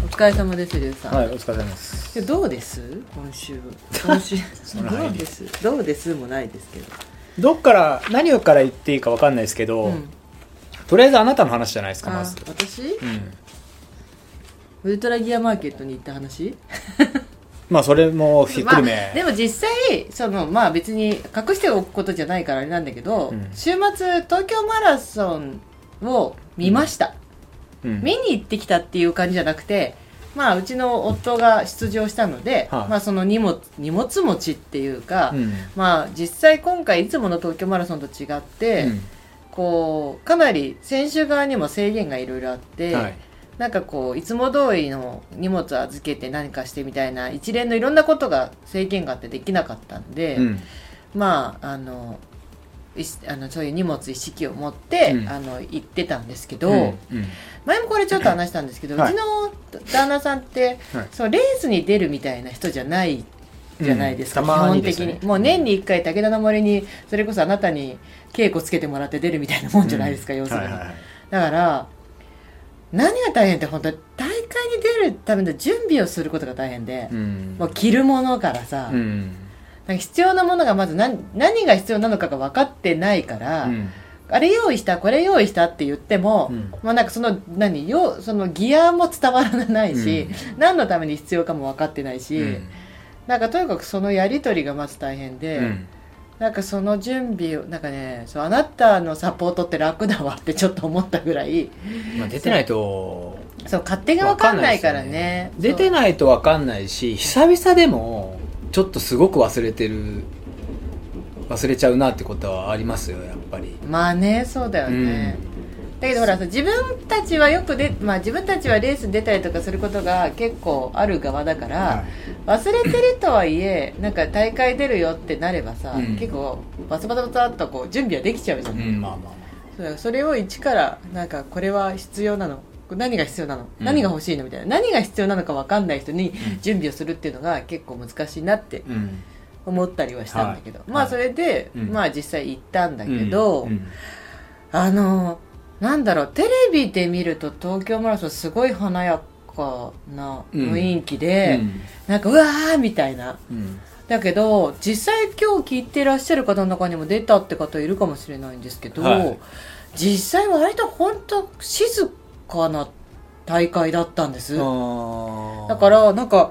お疲れ様です、リュウさん。 はい、お疲れ様です。 どうです今週どうですもないですけど、 どっから何から言っていいか分かんないですけど、とりあえずあなたの話じゃないですか。まず私、ウルトラギアマーケットに行った話まあそれもひっくるめ、 でも実際別に隠しておくことじゃないからあれなんだけど、週末東京マラソンを見ました、見に行ってきたっていう感じじゃなくて、うちの夫が出場したので、その荷物持ちっていうか、実際今回いつもの東京マラソンと違って、かなり選手側にも制限がいろいろあって、なんかいつも通りの荷物預けて何かしてみたいな一連のいろんなことが制限があってできなかったんで、そういう荷物一式を持って、行ってたんですけど、前もこれちょっと話したんですけど、うちの旦那さんって、そうレースに出るみたいな人じゃないじゃないですか、基本的に。もう年に1回武田の森にそれこそあなたに稽古つけてもらって出るみたいなもんじゃないですか、要するに。だから何が大変って本当に大会に出るための準備をすることが大変で、もう着るものからさ、必要なものがまず何が必要なのかが分かってないから、あれ用意したこれ用意したって言っても、そのギアも伝わらないし、何のために必要かも分かってないし、とにかくそのやり取りがまず大変で、その準備をあなたのサポートって楽だわってちょっと思ったぐらい、 出てないと勝手が分かんないからね。 出てないと分かんないし、久々でもちょっとすごく忘れちゃうなってことはありますよ、やっぱり。 そうだよね、だけどほら自分たちは自分たちはレースに出たりとかすることが結構ある側だから、忘れてるとはいえ大会出るよってなればさ、結構バサバサバサっと準備はできちゃうじゃん、それを一からこれは必要なの、何が必要なの、何が欲しいのみたいな、何が必要なのか分かんない人に準備をするっていうのが結構難しいなって思ったりはしたんだけど、それで、実際行ったんだけど、テレビで見ると東京マラソンすごい華やかな雰囲気で、うわーみたいな、だけど実際今日聞いてらっしゃる方の中にも出たって方いるかもしれないんですけど、実際は割と本当静かな大会だったんです。だから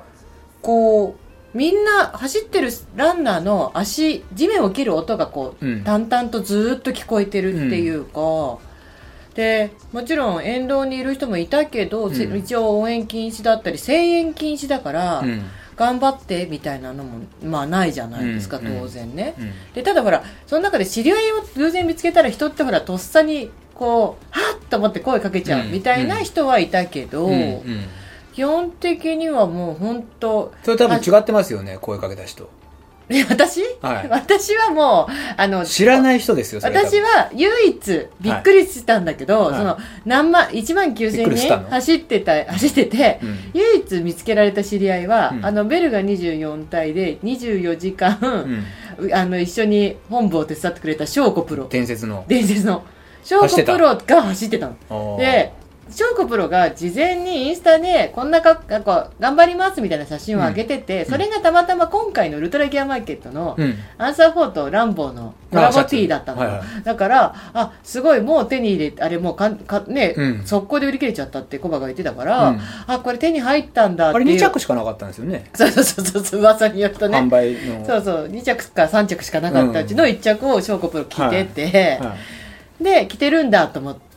みんな走ってるランナーの地面を切る音が淡々とずっと聞こえてるっていうか、でもちろん沿道にいる人もいたけど、一応応援禁止だったり声援禁止だから、頑張ってみたいなのもないじゃないですか、当然ね。でただほらその中で知り合いを偶然見つけたら人ってほらとっさにはっと思って声かけちゃうみたいな人はいたけど、基本的にはもう本当それ多分違ってますよね、声かけた人。 私はもう知らない人ですよ。 私は唯一びっくりしたんだけど、19000人走ってて、唯一見つけられた知り合いは、ベルが24体で24時間、一緒に本部を手伝ってくれた翔子プロ、 伝説の翔子プロが走ってたので、翔子プロが事前にインスタでこんな頑張りますみたいな写真を上げてて、それがたまたま今回のウルトラギアマーケットのアンサー4とランボーのコラボティーだったの、だからすごいもう手に入れあれもう速攻で売り切れちゃったってコバが言ってたから、これ手に入ったんだっていう。 あれ2着しかなかったんですよね。 そう噂によるとね、 販売の 2着か3着しかなかったうちの1着を翔子プロ着てて、で着てるんだと思って、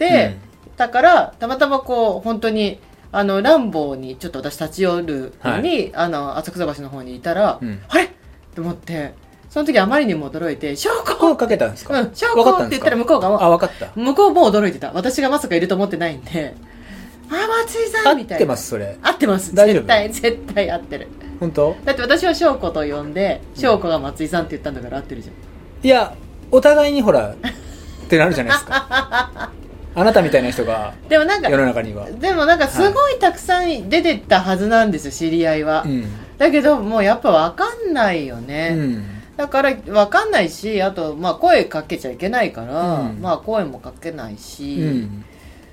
だからたまたま本当にランボーにちょっと私立ち寄るのに、浅草橋の方にいたら、あれと思って、その時あまりにも驚いて、翔子声かけたんですか。 翔子って言ったら向こうが分かった。 向こうも驚いてた。私がまさかいると思ってないんで、松井さんみたいな。 合ってます。それ合ってます。 大丈夫。 絶対合ってる。 本当？ だって私は翔子と呼んで、翔子が松井さんって言ったんだから合ってるじゃん。 いやお互いにほらってなるじゃないですか。あなたみたいな人が世の中には。 でもすごいたくさん出てったはずなんですよ、知り合いは。だけどもうやっぱ分かんないよね。だから分かんないし、あと声かけちゃいけないから、声もかけないし、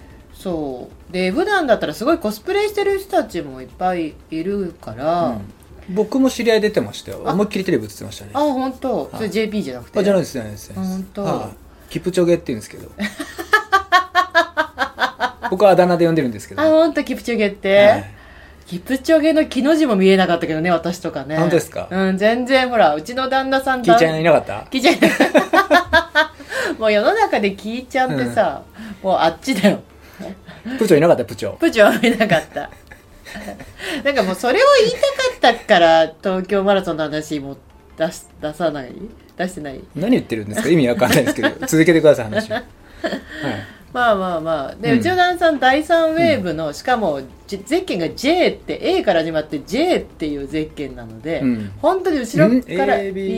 そうで普段だったらすごいコスプレしてる人たちもいっぱいいるから、 僕も知り合い出てましたよ。思いっきりテレビ映ってましたね。 本当。それ JP じゃなくて。 じゃないです、じゃないです。 本当。 キプチョゲって言うんですけど。僕はあだ名で呼んでるんですけど。 本当キプチョゲって。キプチョゲの木の字も見えなかったけどね、私とかね。 本当ですか？ 全然ほら、うちの旦那さんキーちゃんいなかった？ キーちゃんいなかった。もう世の中でキーちゃんってさ、もうあっちだよ。 プチョいなかった？プチョいなかった。なんかもうそれを言いたかったから東京マラソンの話も出してない。 何言ってるんですか？意味わかんないですけど続けてください話を。 まあで、うちの旦那さん第3ウェーブの、しかもゼッケンが J って A から始まって J っていうゼッケンなので、本当に後ろから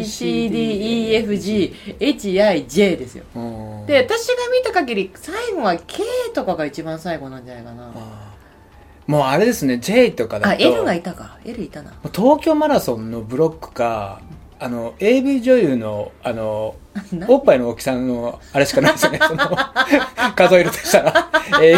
BCDEFGHIJ ですよ。で私が見た限り最後は K とかが一番最後なんじゃないかな。 もうあれですね、 J とかだと L がいたか。 L いたな。 東京マラソンのブロックかAV 女優のおっぱいの大きさのあれしかないですよね。数えるとしたら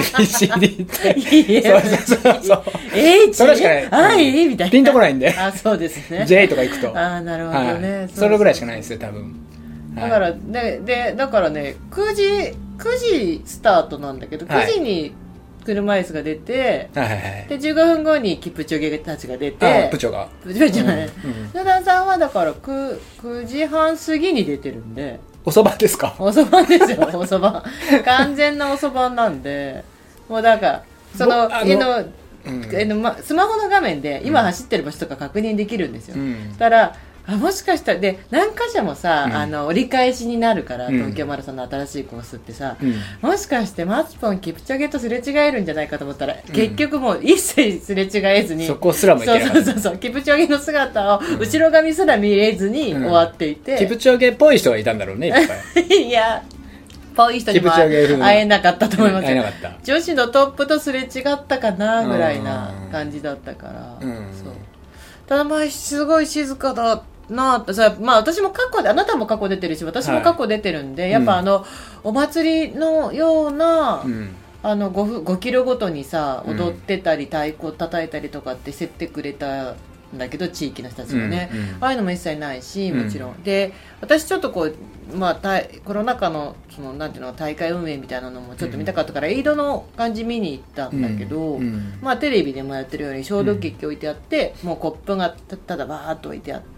ABCD ってそう H それしかない、 みたいなピンとこないんで。 そうですね。 J とか行くとなるほどね、 それぐらいしかないですよ多分。 だからだからね9時スタートなんだけど、9時に車椅子が出て、で15分後にキプチョゲたちが出て、 プチョがじゃない、野田さんはだから 9時半過ぎに出てるんで。 おそばですか？ おそばですよ。おそば完全なおそばなんで、もうだからそのスマホの画面で今走ってる場所とか確認できるんですよ。そしたらもしかしたらで何箇所もさ、折り返しになるから、東京マラソンの新しいコースってさ、もしかしてマツポンキプチョゲとすれ違えるんじゃないかと思ったら、結局もう一切すれ違えずに、 そこすらもいけない。 そうキプチョゲの姿を後ろ髪すら見えずに終わっていて、 キプチョゲっぽい人がいたんだろうね、いっぱい。 いやぽい人にも会えなかったと思います。女子のトップとすれ違ったかなぐらいな感じだったから、そうただまあすごい静かだなあってさ、私も過去で、あなたも過去出てるし私も過去出てるんで、やっぱお祭りのような、5キロごとにさ踊ってたり太鼓叩いたりとかってしてってくれたんだけど、地域の人たちがね、ああいうのも一切ないし、もちろんで私ちょっとこう、コロナ禍のそのなんていうの大会運営みたいなのもちょっと見たかったから、エイドの感じ見に行ったんだけど、テレビでもやってるように消毒液置いてあって、もうコップがただバーっと置いてあって、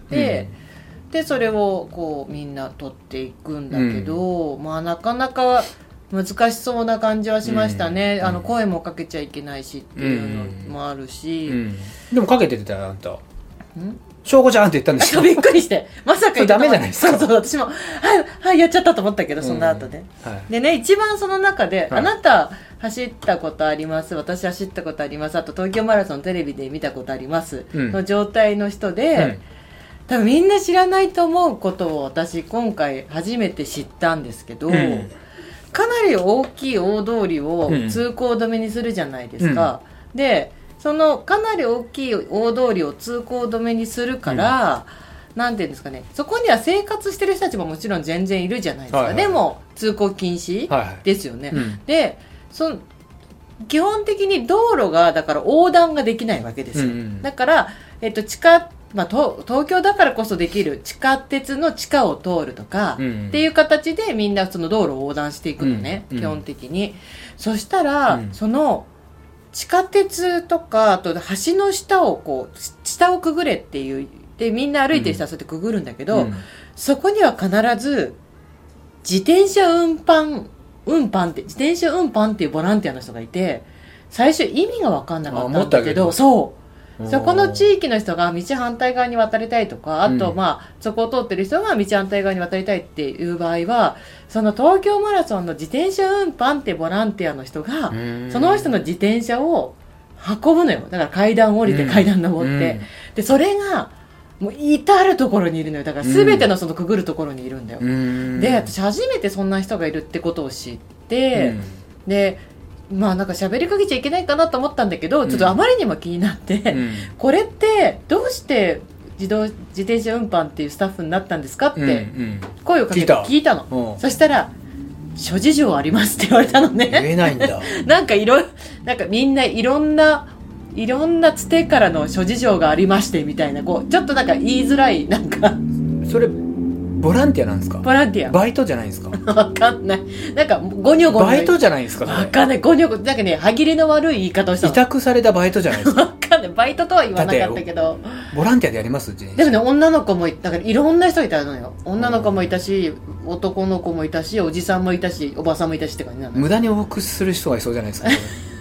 でそれをこうみんな取っていくんだけど、なかなか難しそうな感じはしましたね。声もかけちゃいけないしっていうのもあるし、 でもかけてたよあんた。翔子ちゃんって言ったんですよ。 びっくりしてまさかそれダメじゃないですか。 そう私もはいやっちゃったと思ったけど、その後で、でね、一番その中で、あなた走ったことあります、私走ったことあります、あと東京マラソンテレビで見たことありますの状態の人で、多分みんな知らないと思うことを私今回初めて知ったんですけど、かなり大きい大通りを通行止めにするじゃないですか、でそのかなり大きい大通りを通行止めにするから、なんていうんですかね、そこには生活してる人たちももちろん全然いるじゃないですか、でも通行禁止ですよね、で基本的に道路がだから横断ができないわけですよ、だから、東京だからこそできる地下鉄の地下を通るとか、っていう形でみんなその道路を横断していくのね、基本的に。そしたら、その地下鉄とかあと橋の下を下をくぐれっていうでみんな歩いてる人はそうやってくぐるんだけど、そこには必ず自転車運搬っていうボランティアの人がいて、最初意味が分かんなかったんだけど、そこの地域の人が道反対側に渡りたいとか、あとそこを通ってる人が道反対側に渡りたいっていう場合は、その東京マラソンの自転車運搬ってボランティアの人がその人の自転車を運ぶのよ。だから階段降りて階段登って、でそれがもう至るところにいるのよ。だから全てのそのくぐるところにいるんだよ。で私初めてそんな人がいるってことを知って、でなんか喋りかけちゃいけないかなと思ったんだけど、ちょっとあまりにも気になって、これってどうして自転車運搬っていうスタッフになったんですかって声をかけて聞いたの、そしたら諸事情ありますって言われたのね。 言えないんだ。 なんかみんないろんなつてからの諸事情がありましてみたいな、こうちょっとなんか言いづらい、なんかそれボランティアなんですか？ ボランティア。 バイトじゃないんですか？ わかんない。なんかゴニョゴニョ。 バイトじゃないんですか？ わかんない。ゴニョゴニョ。なんかね、歯切れの悪い言い方をしたの。 委託されたバイトじゃないですか？ わかんない。バイトとは言わなかったけど。 ボランティアでやります？ でもね、女の子もだからいろんな人いたのよ。女の子もいたし、男の子もいたし、おじさんもいたし、おばさんもいたしって感じなの。 無駄に往復する人がいそうじゃないですか？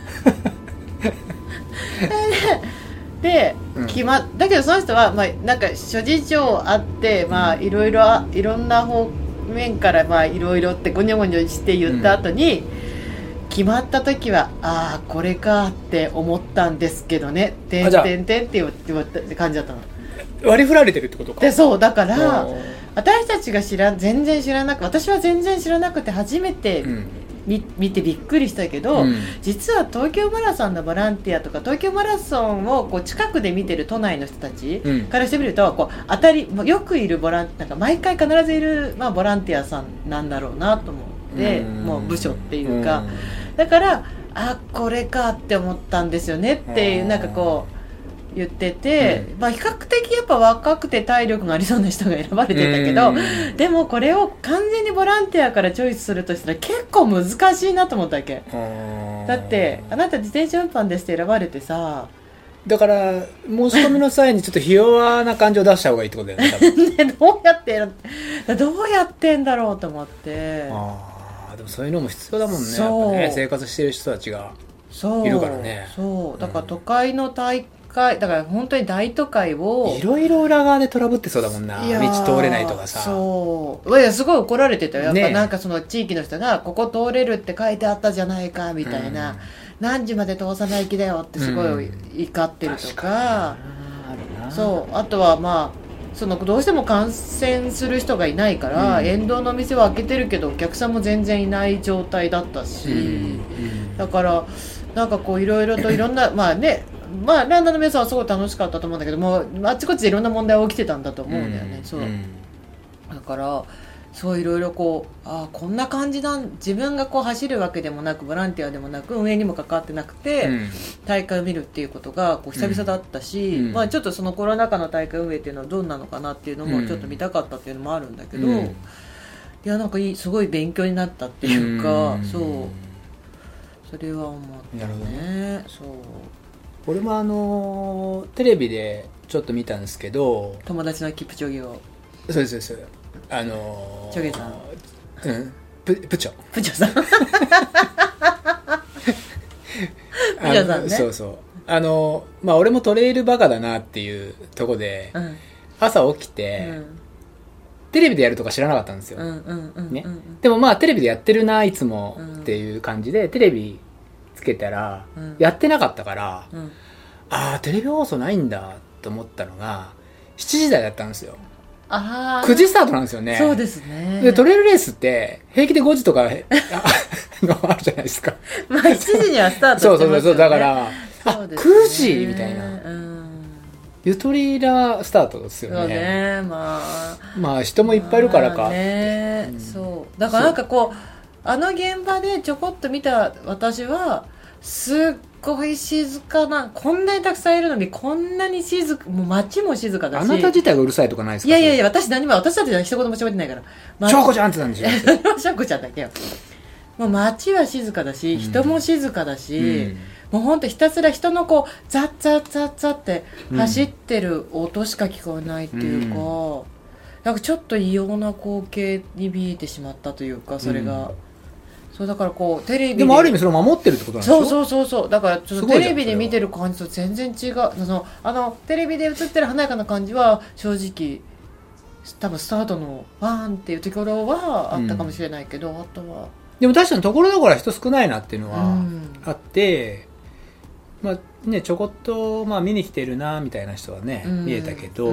で、だけどその人は、まあ、なんか諸事情あって、まあ、いろんな方面から、まあ、いろいろってゴニョゴニョして言った後に、決まった時は、ああ、これかって思ったんですけどね、てんてんてんって言った感じだったの。 割り振られてるってことか。 で、そう、だから、私たちが全然知らなく、私は全然知らなくて初めて、見てびっくりしたけど、実は東京マラソンのボランティアとか東京マラソンをこう近くで見てる都内の人たちからしてみると、こうよくいるなんか毎回必ずいる、まあ、ボランティアさんなんだろうなと思って、もう部署っていうか、だからこれかって思ったんですよねっていう、なんかこう言ってて、まあ比較的やっぱ若くて体力がありそうな人が選ばれてたけど、でもこれを完全にボランティアからチョイスするとしたら結構難しいなと思ったわけ。だってあなた自転車運搬ですって選ばれてさ、 だから申し込みの際にちょっとひ弱な感じを出した方がいいってことだよね。多分ね、どうやってんだろうと思って。 でもそういうのも必要だもんね。やっぱね、生活してる人たちがいるからね。 そうだから都会の大会だから本当に大都会をいろいろ裏側でトラブってそうだもんな。道通れないとかさ。 そういやすごい怒られてたよ。やっぱなんかその地域の人がここ通れるって書いてあったじゃないかみたいな、何時まで通さない気だよってすごい怒ってるとか、そうあとはまあどうしても感染する人がいないから、沿道の店は開けてるけどお客さんも全然いない状態だったし、だからなんかこういろいろといろんなまあね、まあランナーの皆さんはすごい楽しかったと思うんだけども、あっちこっちでいろんな問題が起きてたんだと思うんだよね。そうだからそういろいろこうこんな感じ自分がこう走るわけでもなくボランティアでもなく運営にも関わってなくて、大会を見るっていうことがこう久々だったし、まあ、ちょっとそのコロナ禍の大会運営っていうのはどうなのかなっていうのもちょっと見たかったっていうのもあるんだけど、いやなんかすごい勉強になったっていうか、それは思ったね。そう俺もテレビでちょっと見たんですけど、 友達のキプチョゲをそうですチョゲさんプチョさんプチョさんね。 そうまあ俺もトレイルバカだなっていうとこで、朝起きて、テレビでやるとか知らなかったんですよ。でもまあテレビでやってるないつもっていう感じで、テレビつけたら、やってなかったから、テレビ放送ないんだと思ったのが7時台だったんですよ。9時スタートなんですよね。 そうですね。 でトレイルレースって平気で5時とかあるじゃないですか。 まあ7時にはスタートしてますよね。 そうだから9時みたいな、ゆとりらスタートですよね。 そうね、 まあ人もいっぱいいるからか、 そうだからなんかこう現場でちょこっと見た私はすっごい静かな、こんなにたくさんいるのにこんなにもう街も静かだし。 あなた自体がうるさいとかないですか？ いや私たちは一言も喋ってないから、 しょうこちゃんってなんでしょしょうこちゃんだけよ。もう街は静かだし、人も静かだし、もうほんとひたすら人のこうザッザッザッザッって走ってる音しか聞こえないっていうか、なんかちょっと異様な光景に見えてしまったというか、それが、そうだからこうテレビでもある意味それを守ってるってことなんでしょ？ そうだからちょっとテレビで見てる感じと全然違う。テレビで映ってる華やかな感じは正直多分スタートのワーンっていうところはあったかもしれないけど、あとはでも確かにところどころ人少ないなっていうのはあって、まあね、ちょこっと、まあ、見に来てるなみたいな人はね、見えたけど、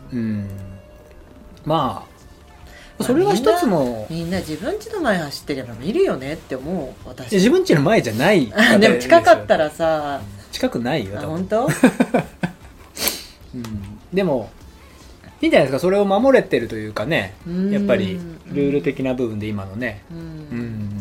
まあそれは一つのみんな自分家の前走ってれば見るよねって思う。私自分家の前じゃないでも近かったらさ、 近くないよ。 本当でもいいんじゃないですか。それを守れてるというかね、やっぱりルール的な部分で今のね、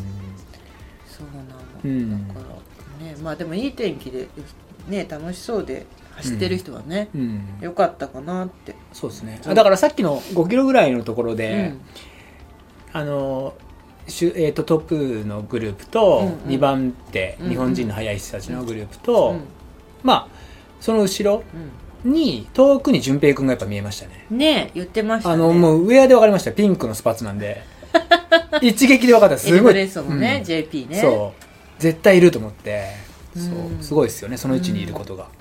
うん、 だからね、まあでもいい天気でね楽しそうで走ってる人はね、うん、よかったかなって。 そうですね。だからさっきの5キロぐらいのところで、うん、トップのグループと2番手、日本人の速い人たちのグループと、まあその後ろに遠くに順平くんがやっぱ見えましたね。 ねえ言ってましたね。 もうウェアで分かりました。ピンクのスパッツなんで一撃で分かった。すごいエルブレッソのね、JP ね。 そう絶対いると思って、そうすごいですよね、その位置にいることが。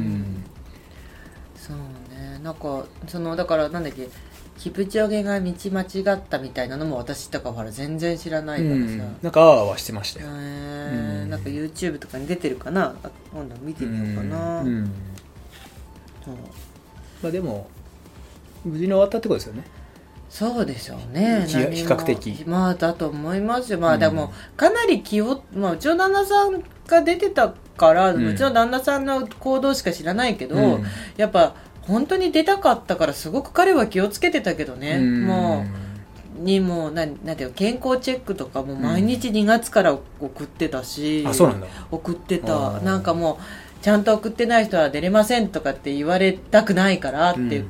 そうね、なんかだからなんだっけ、キプチョゲが道間違ったみたいなのも私とかほら全然知らないからさ、 なんかああはしてましたよ。 なんか YouTube とかに出てるかな、今度見てみようかな。 まあでも無事に終わったってことですよね。 そうでしょうね。 比較的まあだと思いますよ。まあでもかなりうちの旦那さんが出てたから、うちの旦那さんの行動しか知らないけど、やっぱ本当に出たかったからすごく彼は気をつけてたけどね。もうなんていうの、健康チェックとかも毎日2月から送ってたし、 あ、そうなんだ。 送ってた。なんかもうちゃんと送ってない人は出れませんとかって言われたくないからって言って、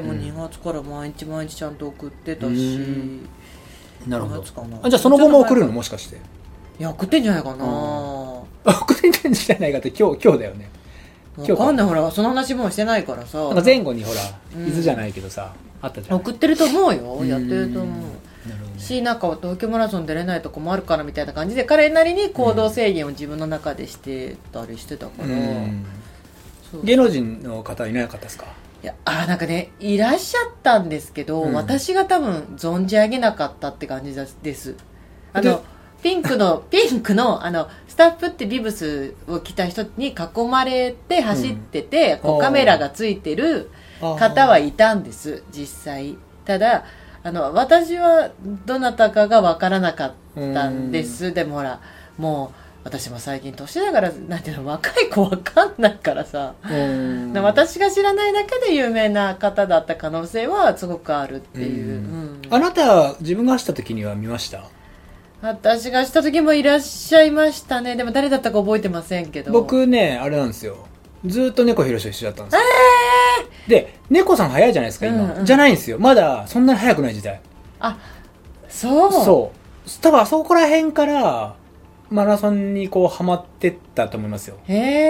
もう2月から毎日毎日ちゃんと送ってたし。 なるほど。じゃあその後も送るの、もしかして。 いや送ってんじゃないかな。 送ってんじゃないかって今日だよね。 分かんない、ほらその話もしてないからさ。 なんか前後にほら伊豆じゃないけどさ、あったじゃん。 送ってると思うよ、やってると思う。し、なんか東京マラソン出れないと困るからみたいな感じで彼なりに行動制限を自分の中でしてたりしてたから。 芸能人の方いなかったですか？ いや、なんかねいらっしゃったんですけど、私が多分存じ上げなかったって感じです。ピンクのスタッフってビブスを着た人に囲まれて走ってて、こうカメラがついてる方はいたんです、実際。ただ私はどなたかが分からなかったんです。でもほらもう私も最近年だからなんていうの、若い子分かんないからさ、私が知らないだけで有名な方だった可能性はすごくあるっていう。 あなた自分が走った時には見ました？ 私がした時もいらっしゃいましたね。でも誰だったか覚えてませんけど。 僕ねあれなんですよ、ずっと猫ひろしと一緒だったんですよ。で猫さん早いじゃないですか今、じゃないんですよ、まだそんなに早くない時代。 あ、そう多分あそこら辺からマラソンにこうハマってったと思いますよ。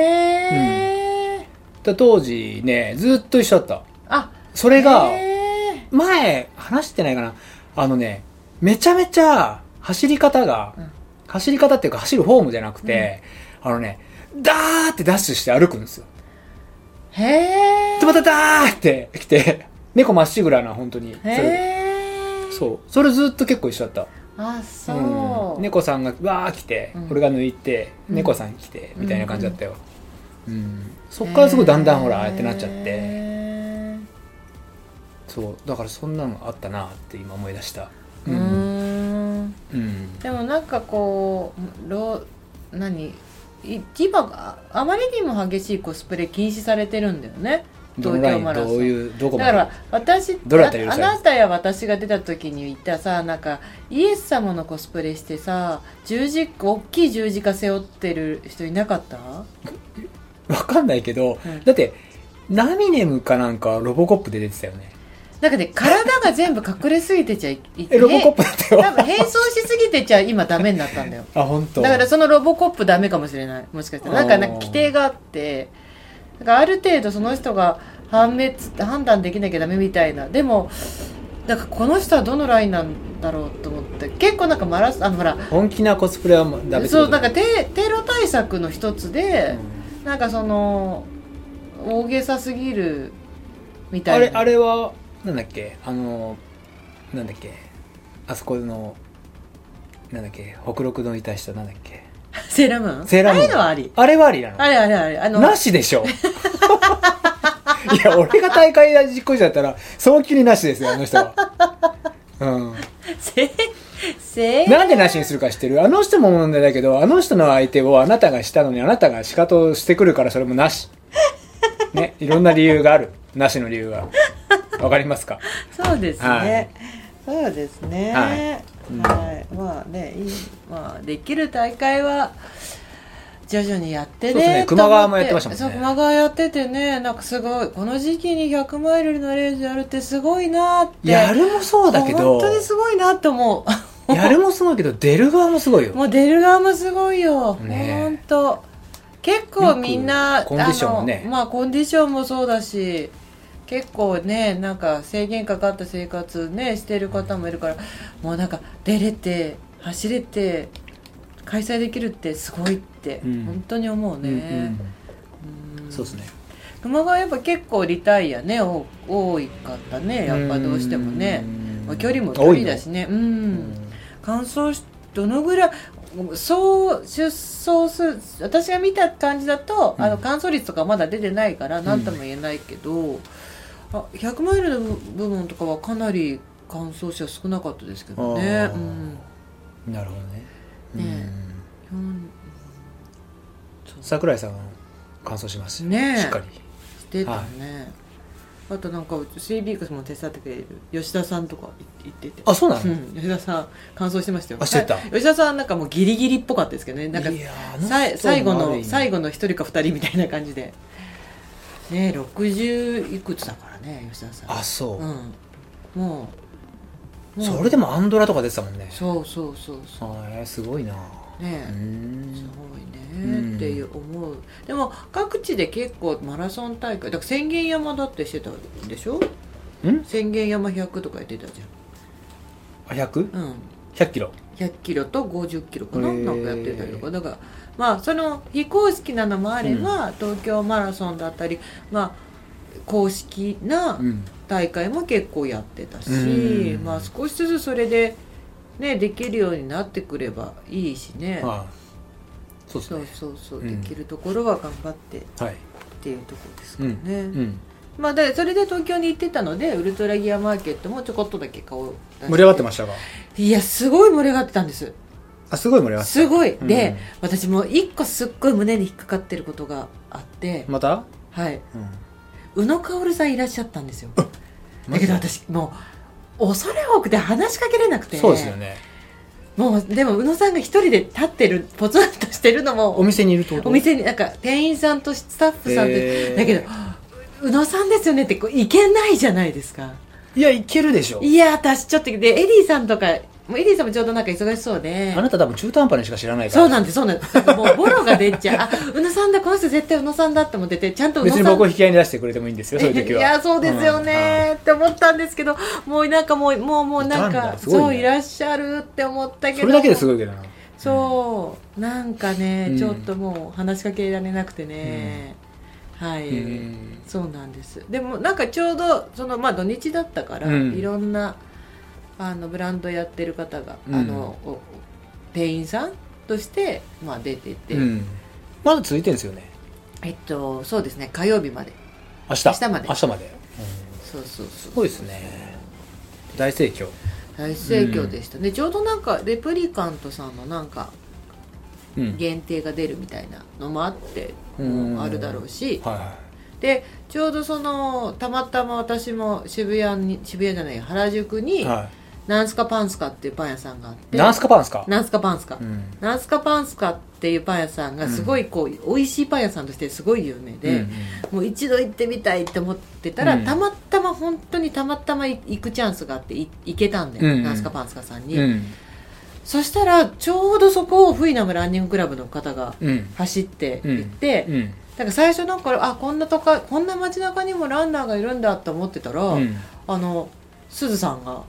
当時ねずっと一緒だった。それが前話してないかな、めちゃめちゃ走り方っていうか走るフォームじゃなくて、ダーってダッシュして歩くんですよ。でまたダーって来て、猫まっしぐらな本当に。それずっと結構一緒だった。猫さんがわー来て、俺が抜いて、猫さん来てみたいな感じだったよ。そっからすごいだんだんほらああやってなっちゃって、そうだからそんなのあったなって今思い出した。 でもなんかこう今あまりにも激しいコスプレ禁止されてるんだよね、東京マラソン。 どこまで？ だからあなたや私が出た時に言ったさ、なんかイエス様のコスプレしてさ、大きい十字架背負ってる人いなかった？ わかんないけど、だってナミネムかなんかロボコップで出てたよね。 なんかね、体が全部隠れすぎてちゃいて、 ロボコップだったよ。 多分変装しすぎてちゃ今ダメになったんだよ。 本当。 だからそのロボコップダメかもしれない。もしかしたらなんか規定があって、だからある程度その人が判断できなきゃダメみたいな。でもなんかこの人はどのラインなんだろうと思って、結構なんかほら本気なコスプレはダメってこと。 そう、なんかテロ対策の一つで、なんか大げさすぎるみたいな。 あれはなんだっけ、なんだっけ、あそこのなんだっけ、北陸のいた人なんだっけ、 セーラームーン。あれはあり。 あれはありなの？ あれなしでしょ。いや俺が大会実行者だったら早急になしですよ、あの人は。なんでなしにするか知ってる？あの人も問題だけど、あの人の相手をあなたがしたのにあなたが仕方をしてくるから、それもなし。ね、いろんな理由がある。なしの理由が。わかりますか？ そうですね。そうですね。はい。まあね、できる大会は徐々にやってね。 そうですね、球磨川もやってましたもんね。 そう、球磨川やっててね、なんかすごい、この時期に100マイルのレースやるってすごいなって。 やるもそうだけど、 本当にすごいなって思う。やるもすごいけど、出る側もすごいよ。 もう出る側もすごいよ。 ね、 本当。結構みんな、 コンディションもね。 まあコンディションもそうだし、結構ね、なんか制限かかった生活ね、してる方もいるから、もうなんか出れて、走れて、開催できるってすごいって、本当に思うね。 そうですね。 球磨川やっぱ結構リタイアね、多いかったね、やっぱどうしてもね。距離も距離だしね。完走どのぐらい、そう出走する、私が見た感じだと、完走率とかまだ出てないから何とも言えないけど、100マイルの部門とかはかなり完走者少なかったですけどね。 なるほどね。桜井さん完走しますね、しっかりしてたね。あとなんかシービークスも手伝ってくれる吉田さんとか言ってて。 あ、そうなの？ 吉田さん完走してましたよ。 してた。 吉田さんなんかもうギリギリっぽかったですけどね。なんか最後の1人か2人みたいな感じでね、60いくつだからね、吉田さん。 あ、そう。 もうそれでもアンドラとか出てたもんね。 そうすごいなね。すごいねって思う。でも各地で結構マラソン大会だから、宣言山だってしてたんでしょ。宣言山100とかやってたじゃん。100？ 100キロ 100キロと50キロかな、なんかやってたりとか。だからまあその非公式なのもあれば、東京マラソンだったり、まあ公式な大会も結構やってたし、まあ少しずつそれでね、できるようになってくればいいしね。そうできるところは頑張ってっていうところですかね。まあそれで東京に行ってたので、ウルトラギアマーケットもちょこっとだけ顔を出して。 盛り上がってましたか？ いや、すごい盛り上がってたんです。 すごい盛り上がってた。 すごい。で、私も一個すっごい胸に引っかかってることがあって。 また？ はい。宇野カオルさんいらっしゃったんですよ。だけど私もう恐れ多くて話しかけれなくて。 そうですよね。 もうでも宇野さんが一人で立ってる、ポツンとしてるのもお店にいるってこと？ お店になんか店員さんとスタッフさんで、だけど宇野さんですよねっていけないじゃないですか。 いや、いけるでしょ。 いや、私ちょっとでエリーさんとか、もうエリーさんもちょうどなんか忙しそうで。 あなた多分中途半端にしか知らないから。 そうなんです。もうボロが出ちゃう。宇野さんだ、この人絶対宇野さんだって思ってて、ちゃんと宇野さん。 別に僕を引き合いに出してくれてもいいんですよ、そういう時は。 いや、そうですよねって思ったんですけど、もうなんかもうなんか、そういらっしゃるって思ったけど。 それだけですごいけどな。 そう、なんかね、ちょっともう話しかけられなくてね。はい、そうなんです。でもなんかちょうどまあ土日だったから、いろんなブランドやってる方が、店員さんとしてまあ出てて、 まだ続いてるんですよね。 そうですね、火曜日まで。 明日まで。 そうすごいですね。大盛況でしたね。ちょうどなんかレプリカントさんのなんか限定が出るみたいなのもあってもあるだろうし、でちょうどたまたま私も渋谷じゃない、原宿にナンスカパンスカっていうパン屋さんがあって。 ナンスカパンスカっていうパン屋さんがすごい美味しいパン屋さんとしてすごい有名で、もう一度行ってみたいって思ってたら、本当にたまたま行くチャンスがあって行けたんで、ナンスカパンスカさんに。そしたらちょうどそこをフイナムランニングクラブの方が走って行って、だから最初なんかこんな街中にもランナーがいるんだって思ってたら、すずさんが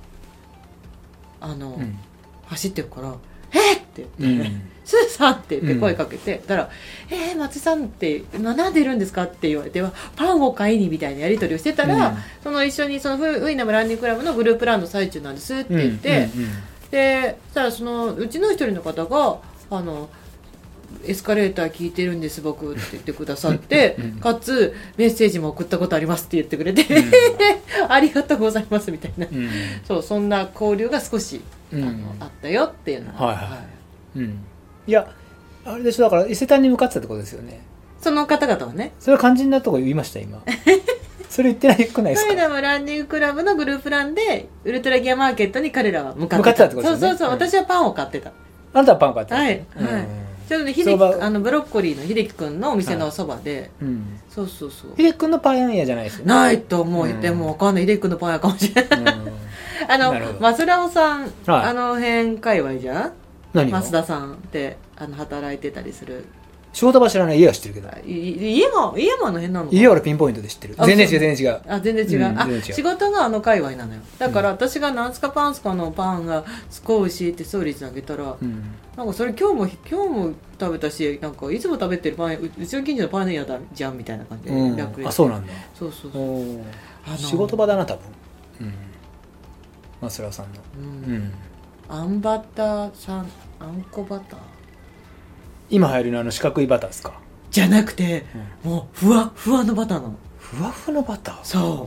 走ってるから「えっ!」って言って「すずさん!」って言って声かけてたら「松さんってなんでいるんですか?」って言われてパンを買いにみたいなやり取りをしてたら、一緒にフイナムランニングクラブのグループランの最中なんですって言って。でそしたらうちの一人の方がエスカレーター聞いてるんです僕って言ってくださってかつメッセージも送ったことありますって言ってくれて、ありがとうございますみたいな、そんな交流が少しあったよっていうのは、 いやあれでしょ、だから伊勢丹に向かってたってことですよね、 その方々はね。 それは肝心なとこ言いました今それ言ってないくないですか？ フイナムランニングクラブのグループランでウルトラギアマーケットに彼らは向かってたってことですよね。そう、私はパンを買ってた。 あなたはパンを買ってた。 はい、 ちょうどねブロッコリーの秀樹くんのお店のそばで、そうそうそう。 秀樹くんのパン屋じゃないですよね。 ないと思う、でもわかんない、秀樹くんのパン屋かもしれない。マスラオさん、辺界隈じゃん。増田さんって働いてたりする。 仕事場知らない、家は知ってるけど。 家もの辺なのか。 家は俺ピンポイントで知ってる。全然違う。 全然違う。仕事が界隈なのよ。だから私がなんすかパンスカのパンが少しってストーリーズあげたら、なんかそれ今日も食べたし、なんかいつも食べてるパン、うちの近所のパン屋だじゃんみたいな感じで。 そうなんだ。 そう。 仕事場だな多分。マスラさんの。 あんバターさん、あんこバター。 今流行りの四角いバターですか？ じゃなくて、もうふわふわのバターなの。 ふわふわのバター？ そう。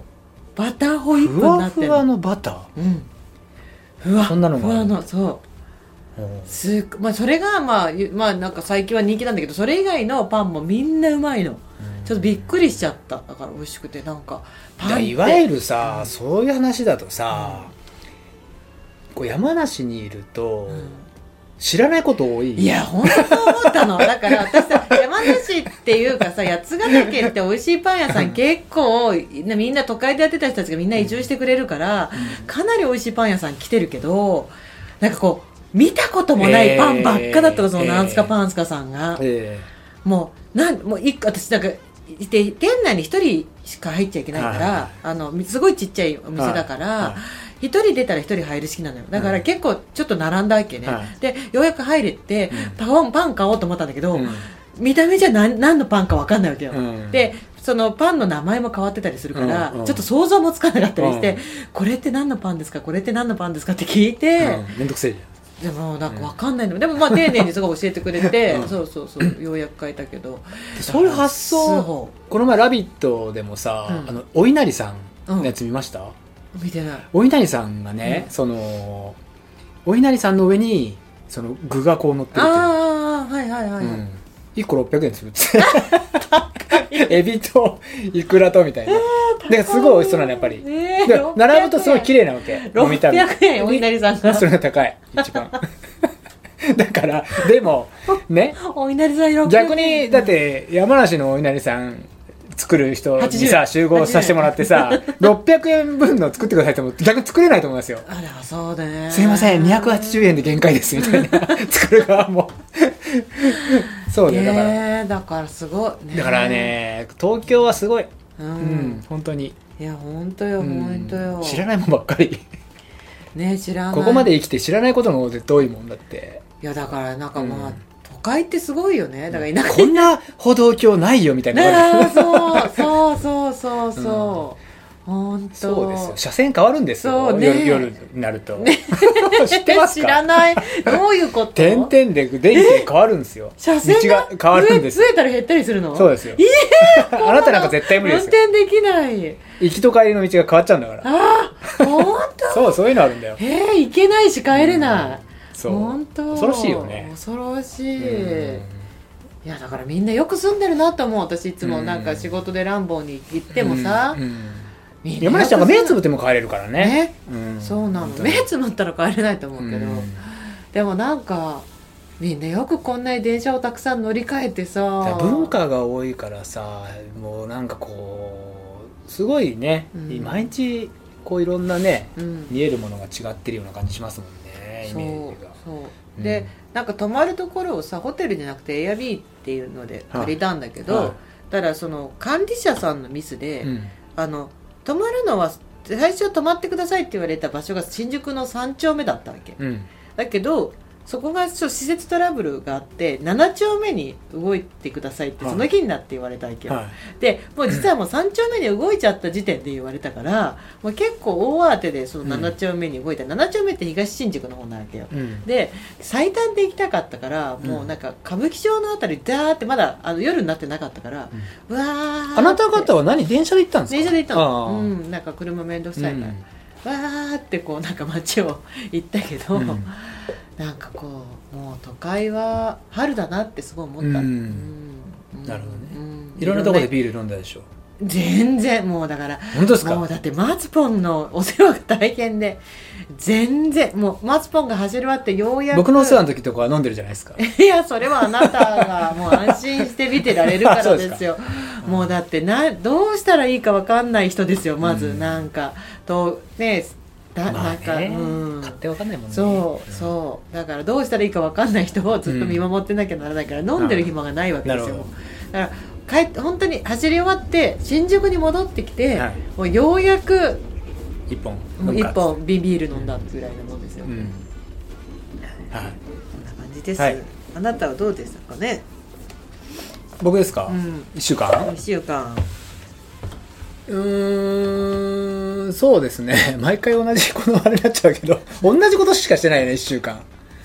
バターホイップになってる。 ふわふわのバター？ ふわそんなのがある。 ふわの、そう。まあそれがまあなんか最近は人気なんだけど、それ以外のパンもみんなうまいの。ちょっとびっくりしちゃった。だから美味しくて、なんかパンっていわゆるさ、そういう話だとさ、こう山梨にいると。知らないこと多い。 いや本当そう思ったの。だから私さ、山梨っていうかさ、八ヶ岳って美味しいパン屋さん結構みんな都会でやってた人たちがみんな移住してくれるから、かなり美味しいパン屋さん来てるけど、なんかこう見たこともないパンばっかだったの、そのなんすかパンスカさんが、もう私なんか店内に一人しか入っちゃいけないから、すごいちっちゃいお店だから、一人出たら一人入る式なのよ。だから結構ちょっと並んだわけね。でようやく入れてパン買おうと思ったんだけど、見た目じゃ何のパンか分かんないわけよ。でそのパンの名前も変わってたりするから、ちょっと想像もつかなかったりして、これって何のパンですか、これって何のパンですかって聞いて、 めんどくせえじゃん。でもなんか分かんないの。でもまあ丁寧にすごい教えてくれて、そうようやく書いたけど、 そういう発想。この前ラビットでもさ、お稲荷さんのやつ見ました？ 見てない。 お稲荷さんがね、お稲荷さんの上にその具がこう乗ってるっていう。1個600円するってエビとイクラとみたいな。ですごい美味しそうなのやっぱり。並ぶとすごい綺麗なわけ。 600円お稲荷さんが。 それが高い一番。だからでもね、 お稲荷さん600円。 逆にだって山梨のお稲荷さん作る人にさ集合させてもらってさ600円分の作ってくださいっても逆に作れないと思いますよ。 あれはそうだね。 すいません280円で限界ですみたいな作る側もそうね。 だからすごい、ね、 だからね東京はすごい、本当に。 いや本当よ、本当よ。 知らないもんばっかりね、知らない。 ここまで生きて知らないことの方が絶対多いもんだって。 いやだからなんかまあ、都会ってすごいよね。だから田舎こんな歩道橋ないよみたいな。 そう本当。 そうですよ。車線変わるんですよ。夜になると。知ってますか？ 知らない。どういうこと？ 点々で電気で変わるんですよ。 車線が変わるんです。 増えたり減ったりするの？ そうですよ。あなたなんか絶対無理ですよ。 運転できない。 行きと帰りの道が変わっちゃうんだから。 本当？ そういうのあるんだよ。 行けないし帰れない。本当。 恐ろしいよね。 恐ろしい。いやだからみんなよく住んでるなと思う。私いつもなんか仕事でランボーに行ってもさ、 山梨ちゃんが目つぶっても帰れるからね。 そうなの。目つぶったら帰れないと思うけど、でもなんかみんなよくこんなに電車をたくさん乗り換えてさ、 文化が多いからさ、もうなんかこうすごいね、毎日こういろんなね、見えるものが違ってるような感じしますもんね、イメージが。 そうで、なんか泊まるところをさ、ホテルじゃなくてエアビーっていうので借りたんだけど、ただその管理者さんのミスで、泊まるのは最初泊まってくださいって言われた場所が新宿の3丁目だったわけ、だけどそこが施設トラブルがあって7丁目に動いてくださいってその日になって言われたわけよ、でもう実はもう3丁目に動いちゃった時点で言われたからもう結構大慌てでその7丁目に動いた、7丁目って東新宿の方なわけよ、で最短で行きたかったから、もうなんか歌舞伎町のあたりダーってまだ夜になってなかったから、うわー。 あなた方は電車で行ったんですか？ 電車で行ったの。なんか車めんどくさいから、わーってこうなんか街を行ったけど、なんかこうもう都会は春だなってすごい思った。 なるほどね。いろんなところでビール飲んだでしょ。 全然もうだから本当ですか？ もうだってマツポンのお世話が大変で全然もうマツポンが走り終わってようやく僕のお世話の時とかは飲んでるじゃないですか。 いやそれはあなたがもう安心して見てられるからですよもうだってどうしたらいいか分かんない人ですよまず、なんかとねなんか、 勝手分かんないもんね。 そうだからどうしたらいいか分かんない人をずっと見守ってなきゃならないから、飲んでる暇がないわけですよ、だから本当に走り終わって新宿に戻ってきて、もうようやく一本ビール飲んだぐらいなもんですよ、こんな感じです、あなたはどうでしたかね？ 僕ですか？1週間 1週間そうですね毎回同じこのあれになっちゃうけど同じことしかしてないよね1週間。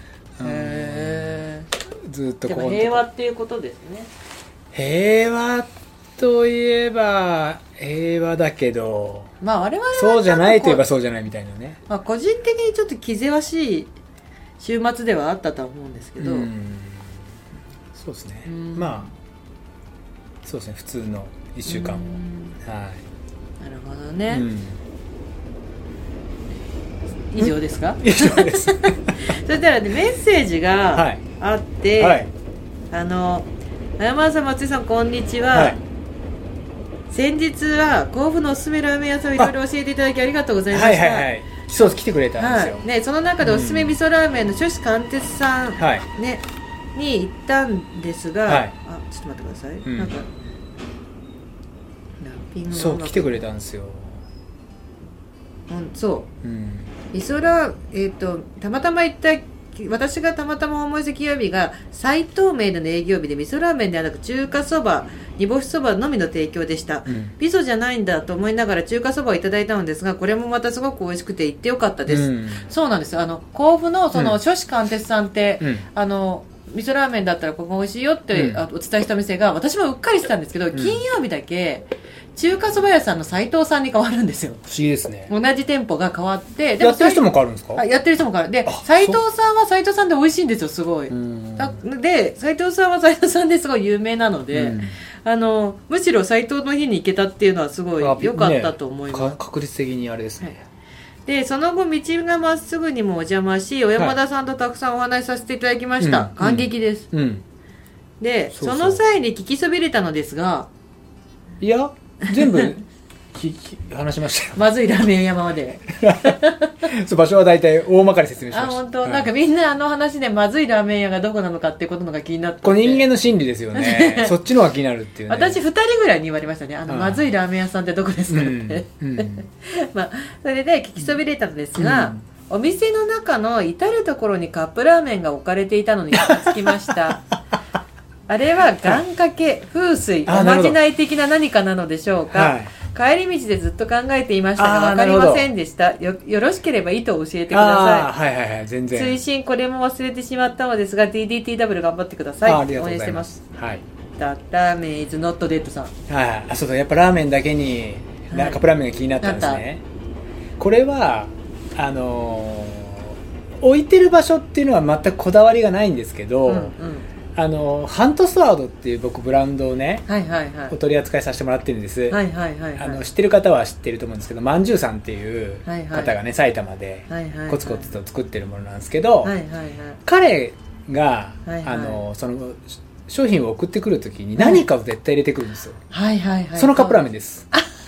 ずっとこう平和っていうことですね。 平和といえば平和だけど、 まあ我々はそうじゃないといえばそうじゃないみたいなね。 まあ個人的にちょっと気ぜわしい週末ではあったとは思うんですけど、 そうですね。まあそうですね普通の1週間もなるほどね。以上ですか？ 以上です。そしたらねメッセージがあって、山田さん松井さんこんにちは、先日は甲府のおすすめラーメン屋さんをいろいろ教えていただきありがとうございました。 そう来てくれたんですよ、 ね、その中でおすすめ味噌ラーメンの諸子貫徹さん、ね、に行ったんですが、あちょっと待ってください、なんかラッピングのそう来てくれたんですよ。 そう、味噌ラーたまたま行った私がたまたま思いつき曜日が斉藤名での営業日で味噌ラーメンではなく中華そば煮干しそばのみの提供でした、味噌じゃないんだと思いながら中華そばをいただいたのですがこれもまたすごく美味しくて行ってよかったです、そうなんですよ甲府のその諸子貫徹さんって、味噌ラーメンだったらここ美味しいよって、お伝えした店が私もうっかりしてたんですけど、金曜日だけ中華そば屋さんの斉藤さんに変わるんですよ。 不思議ですね。 同じ店舗が変わってやってる人も変わるんですか？ やってる人も変わる。で斉藤さんは斉藤さんで美味しいんですよすごい。で斉藤さんは斉藤さんですごい有名なので、むしろ斉藤の日に行けたっていうのはすごい良かったと思います、 確率的にあれですね、 でその後道がまっすぐにもお邪魔し小山田さんとたくさんお話しさせていただきました、感激です、でその際に聞きそびれたのですがいや全部話しましたよ。 まずいラーメン屋まで場所は大体大まかに説明しました。 本当、なんかみんな話でまずいラーメン屋がどこなのかっていうことのが気になって、 これ人間の心理ですよねそっちの方が気になるっていうね。 私2人ぐらいに言われましたねまずいラーメン屋さんってどこですかって、まあそれで聞きそびれたのですが、お店の中の至る所にカップラーメンが置かれていたのに気がつきましたあれは願掛け、風水、おまじない的な何かなのでしょうか、帰り道でずっと考えていましたが分かりませんでした。よろしければ意図を教えてください。 全然追伸これも忘れてしまったのですが DDTW 頑張ってください。応援してます。ラーメン is not dead さん。 そうだ、やっぱラーメンだけにカップラーメンが気になったんですね。これは置いてる場所っていうのは全くこだわりがないんですけど、ハントスワードっていう僕ブランドをね、お取り扱いさせてもらってるんです。知ってる方は知ってると思うんですけど、まんじゅうさんっていう方がね埼玉でコツコツと作ってるものなんですけど、彼がその商品を送ってくるときに何かを絶対入れてくるんですよ。そのカップラーメンです。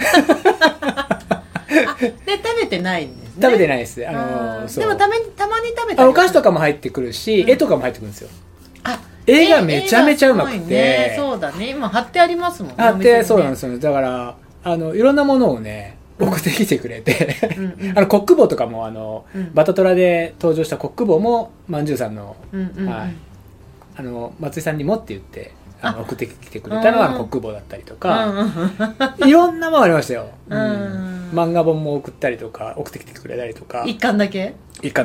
で食べてないんですね。 食べてないです。でもたまに食べたりお菓子とかも入ってくるし、絵とかも入ってくるんですよ。絵がめちゃめちゃうまくて、 そうだね、今貼ってありますもんね。 貼ってそうなんですよ。だからいろんなものをね送ってきてくれてコック帽とかもバタトラで登場したコック帽もまんじゅうさんの松井さんにもって言って送ってきてくれたのはコック帽だったりとか、いろんなものありましたよ。漫画本も送ってきてくれたりとか。 一巻だけ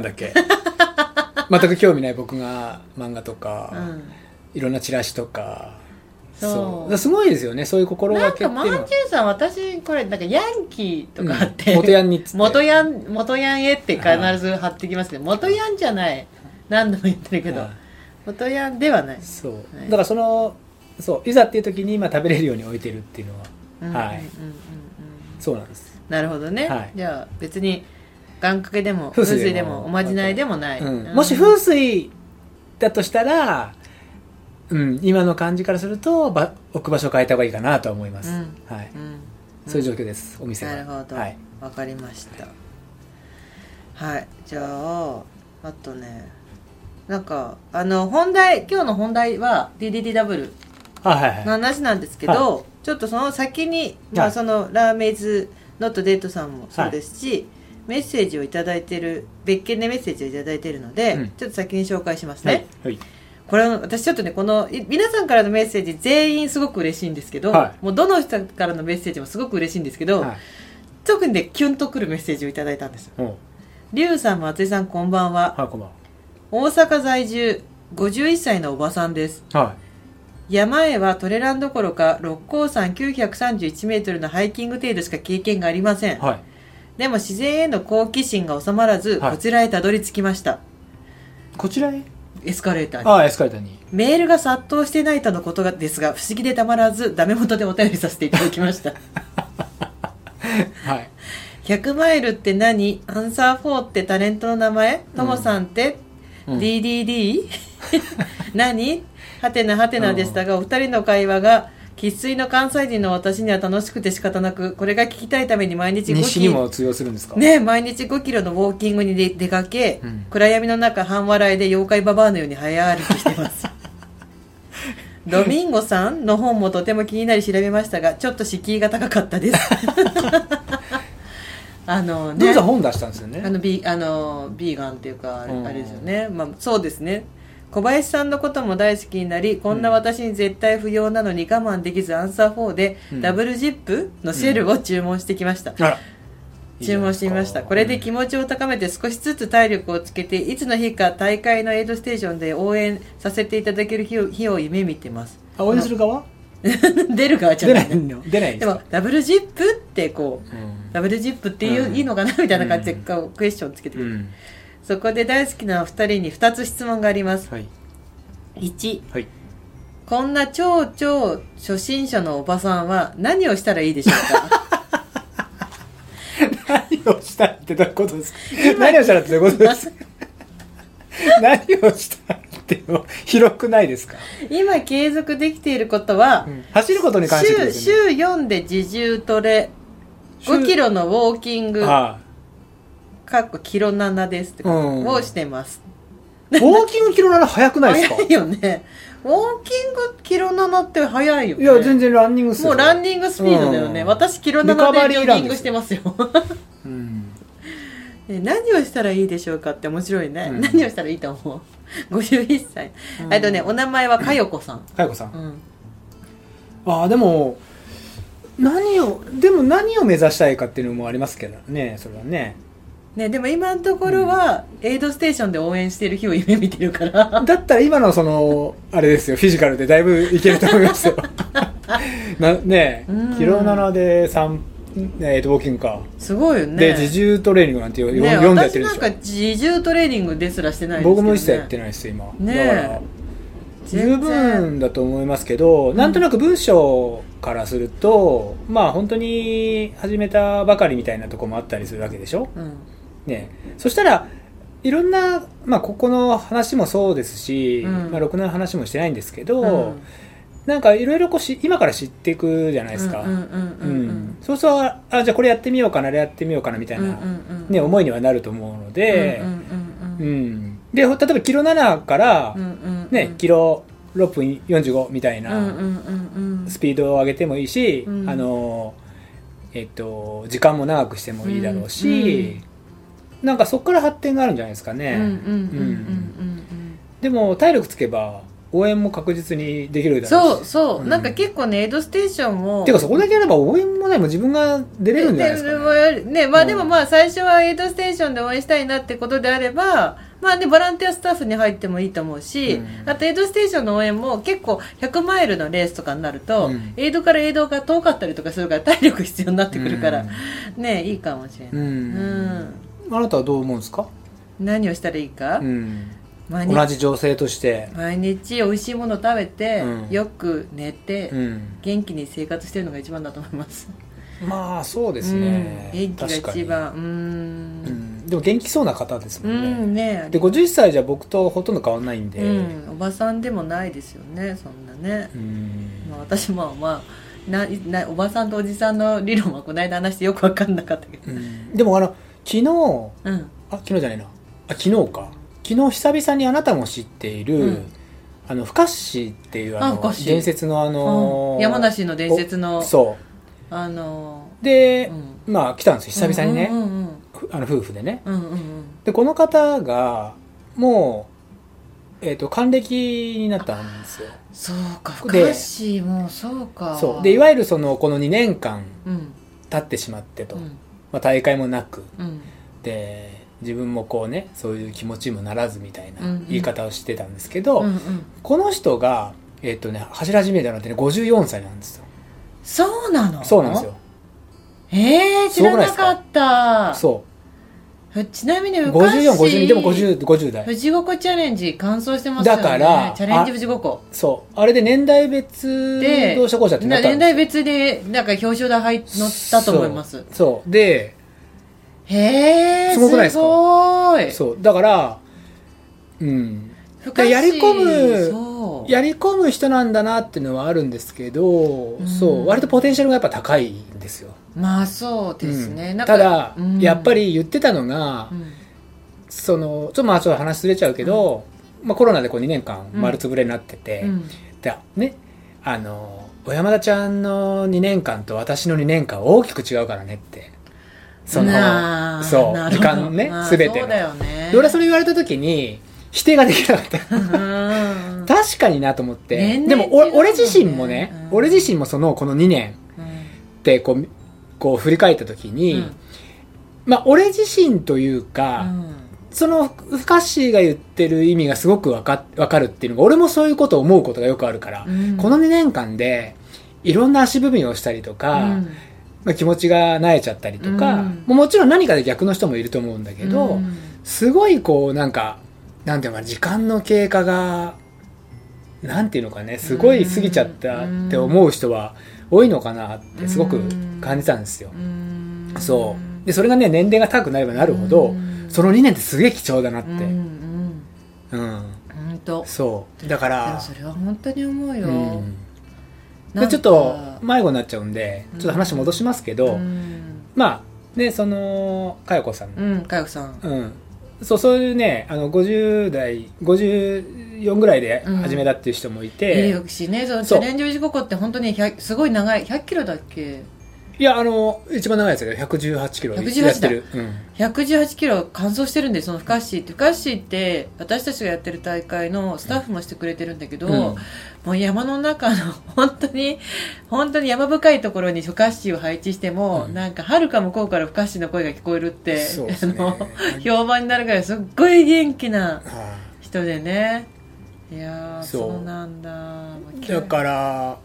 全く興味ない僕が漫画とか、いろんなチラシとか、そうすごいですよね、そういう心がけっていうのは。 なんかまんじゅうさん、私これなんかヤンキーとかあって、 元ヤンにっつって元ヤンへって必ず貼ってきますけど、元ヤンじゃない、何度も言ってるけど、元ヤンではない。 そうだからいざっていう時に食べれるように置いてるっていうのははい、そうなんです。 なるほどね、はい、じゃあ別に願掛けでも風水でもおまじないでもない、 もし風水だとしたら、今の感じからすると置く場所を変えた方がいいかなと思います、はい、そういう状況です、お店は。 なるほど、 はい、 わかりました。はい、じゃああとね、なんか本題、今日の本題は DDDW の話なんですけど、はい、ちょっとその先に、そのラーメイズノットデートさんもそうですし、はい、メッセージをいただいてる、別件でメッセージをいただいてるので、ちょっと先に紹介しますね。はいはい、これ私ちょっとね、この皆さんからのメッセージ全員すごく嬉しいんですけど、はい、もうどの人からのメッセージもすごく嬉しいんですけど、はい、特にねキュンとくるメッセージをいただいたんです。リュウさん、松井さん、こんばんは。はい、こんばんは。大阪在住51歳のおばさんです。はい、山へはトレランどころか六甲山931メートルのハイキング程度しか経験がありません。はい、でも自然への好奇心が収まらず、こちらへたどり着きました。 こちらへ？ エスカレーターに。 エスカレーターに。 メールが殺到してないとのことですが、不思議でたまらずダメ元でお便りさせていただきました。はい。100マイルって何？アンサー4ってタレントの名前？ともさんって、DDD？ 何？はてなはてなでしたが、お二人の会話が生粋の関西人の私には楽しくて仕方なく、これが聞きたいために毎日5キロ、 西にも通用するんですかね、毎日5キロのウォーキングに出かけ、暗闇の中半笑いで妖怪ババアのように早歩きしていますドミンゴさんの本もとても気になり調べましたが、ちょっと敷居が高かったですドミさん本出したんですよね。 ビーガンっていうかあれですよね、そうですね。小林さんのことも大好きになり、こんな私に絶対不要なのに我慢できずアンサー4で、ダブルジップのシェルを注文してきました。注文してみました。これで気持ちを高めて少しずつ体力をつけて、いつの日か大会のエイドステーションで応援させていただける日を夢見てます。 応援する側出る側じゃないの。 出ないでもダブルジップってこう、ダブルジップっていいのかなみたいな感じでクエスチョンつけてくる。そこで大好きなお二人に2つ質問があります。はい、1、はい、こんな超初心者のおばさんは何をしたらいいでしょうか何をしたらってどういうことですか何をしたらってどういうことですか何をしたらって広くないですか。 今継続できていることは、 走ることに関してですね、週4で自重トレ5キロのウォーキングキロ7ですってをしてます。 ウォーキングキロ7早くないですか。 早いよね。ウォーキングキロ7って早いよね。 いや全然ランニングスもうランニングスピードだよね。私キロ7でジョギングしてますよ。何をしたらいいでしょうかって面白いね。何をしたらいいと思う。51歳。お名前はかよこさん。 かよこさん。でも何を目指したいかっていうのもありますけどね、それはね。 でも今のところは、エイドステーションで応援している日を夢見てるからだったら今のあれですよ、フィジカルでだいぶいけると思いますよキロ7で3、ウォーキングかすごいよね。 で自重トレーニングなんて4でやってるでしょ。 私なんか自重トレーニングですらしてないですけど、ね、 僕も一切やってないですよ今。だから十分だと思いますけど、なんとなく文章からすると、本当に始めたばかりみたいなところもあったりするわけでしょ、そしたらいろんな、ここの話もそうですし、ろくな話もしてないんですけど、なんかいろいろ今から知っていくじゃないですか。そうするとじゃあこれやってみようかな、あれやってみようかなみたいな、思いにはなると思うので、で例えばキロ7から、キロ6分45みたいなスピードを上げてもいいし、時間も長くしてもいいだろうし、なんかそこから発展があるんじゃないですかね。でも体力つけば応援も確実にできるだろうし。 そう、なんか結構ね、エイドステーションもてかそこだけやれば応援もないも自分が出れるんじゃないですかね。 でも最初はエイドステーションで応援したいなってことであれば、ボランティアスタッフに入ってもいいと思うし、あとエイドステーションの応援も結構100マイルのレースとかになると、エイドからエイドが遠かったりとかするから体力必要になってくるから、いいかもしれない。 あなたはどう思うんですか。 何をしたらいいか、 同じ女性として毎日美味しいものを食べて、よく寝て、元気に生活してるのが一番だと思います。 まあそうですね、 元気が一番。 でも元気そうな方ですもんね。で50歳じゃ僕とほとんど変わんないんで、 おばさんでもないですよね、そんなね。私もおばさんとおじさんの理論はこの間話してよく分かんなかったけど、 でも昨日、昨日じゃないな、昨日久々にあなたも知っている、ふかっしーっていう伝説の山梨の伝説のそうで、まあ来たんですよ久々にね、夫婦でね、でこの方がもう還暦になったんですよ。 そうか、ふかっしーもそうか。 そうでいわゆるこの2年間経ってしまってと、大会もなく、で自分もこうねそういう気持ちにもならずみたいな言い方をしてたんですけど、この人が走り始めたのってね54歳なんですよ。 そうなの？ そうなんですよ。 知らなかった。 そうちなみに 54、52でも50代。 富士五湖チャレンジ完走してますよね。 だからチャレンジ富士五湖。 そう。あれで年代別どうしたこうしたってなったんですよ。 年代別でなんか表彰台乗ったと思います。 そうで、 すごくないですか？すごい。 そうだからやり込む人なんだなっていうのはあるんですけど、そう割とポテンシャルがやっぱ高いんですよ。 まあそうですね。 ただ、やっぱり言ってたのが、ちょっと話ずれちゃうけど、コロナで2年間丸つぶれになってて、ね、小山田ちゃんの2年間と私の2年間大きく違うからねって。時間ね、全ての。で俺はそれ言われた時に否定ができなかった確かになと思って。でも俺自身もこの2年ってこう振り返った時に、俺自身というか、そのふかっしーが言ってる意味がすごくわかるっていうのが、俺もそういうことを思うことがよくあるから、この2年間でいろんな足踏みをしたりとか、気持ちが萎えちゃったりとか、もちろん何かで逆の人もいると思うんだけど、すごいなんていうのか時間の経過がなんていうのかね、すごい過ぎちゃったって思う人は多いのかなってすごく感じたんですよ。そうでそれがね、年齢が高くなればなるほど、その2年ってすげえ貴重だなって。本当そうだから、 それは本当に思うよ。 でちょっと迷子になっちゃうんでちょっと話戻しますけど、その佳代子さん、そういうね、50代54ぐらいで始めたっていう人もいて、 よくしね、チャレンジ富士五湖って本当にすごい長い、100キロだっけ？ いや、一番長いやつだけど118キロやってる。 118キロ完走してるんで、そのふかっしーって私たちがやってる大会のスタッフもしてくれてるんだけど、もう山の中の本当に山深いところにふかっしーを配置しても、なんか遥か向こうからふかっしーの声が聞こえるって、評判になるぐらいすっごい元気な人でね。いやそうなんだ。 だから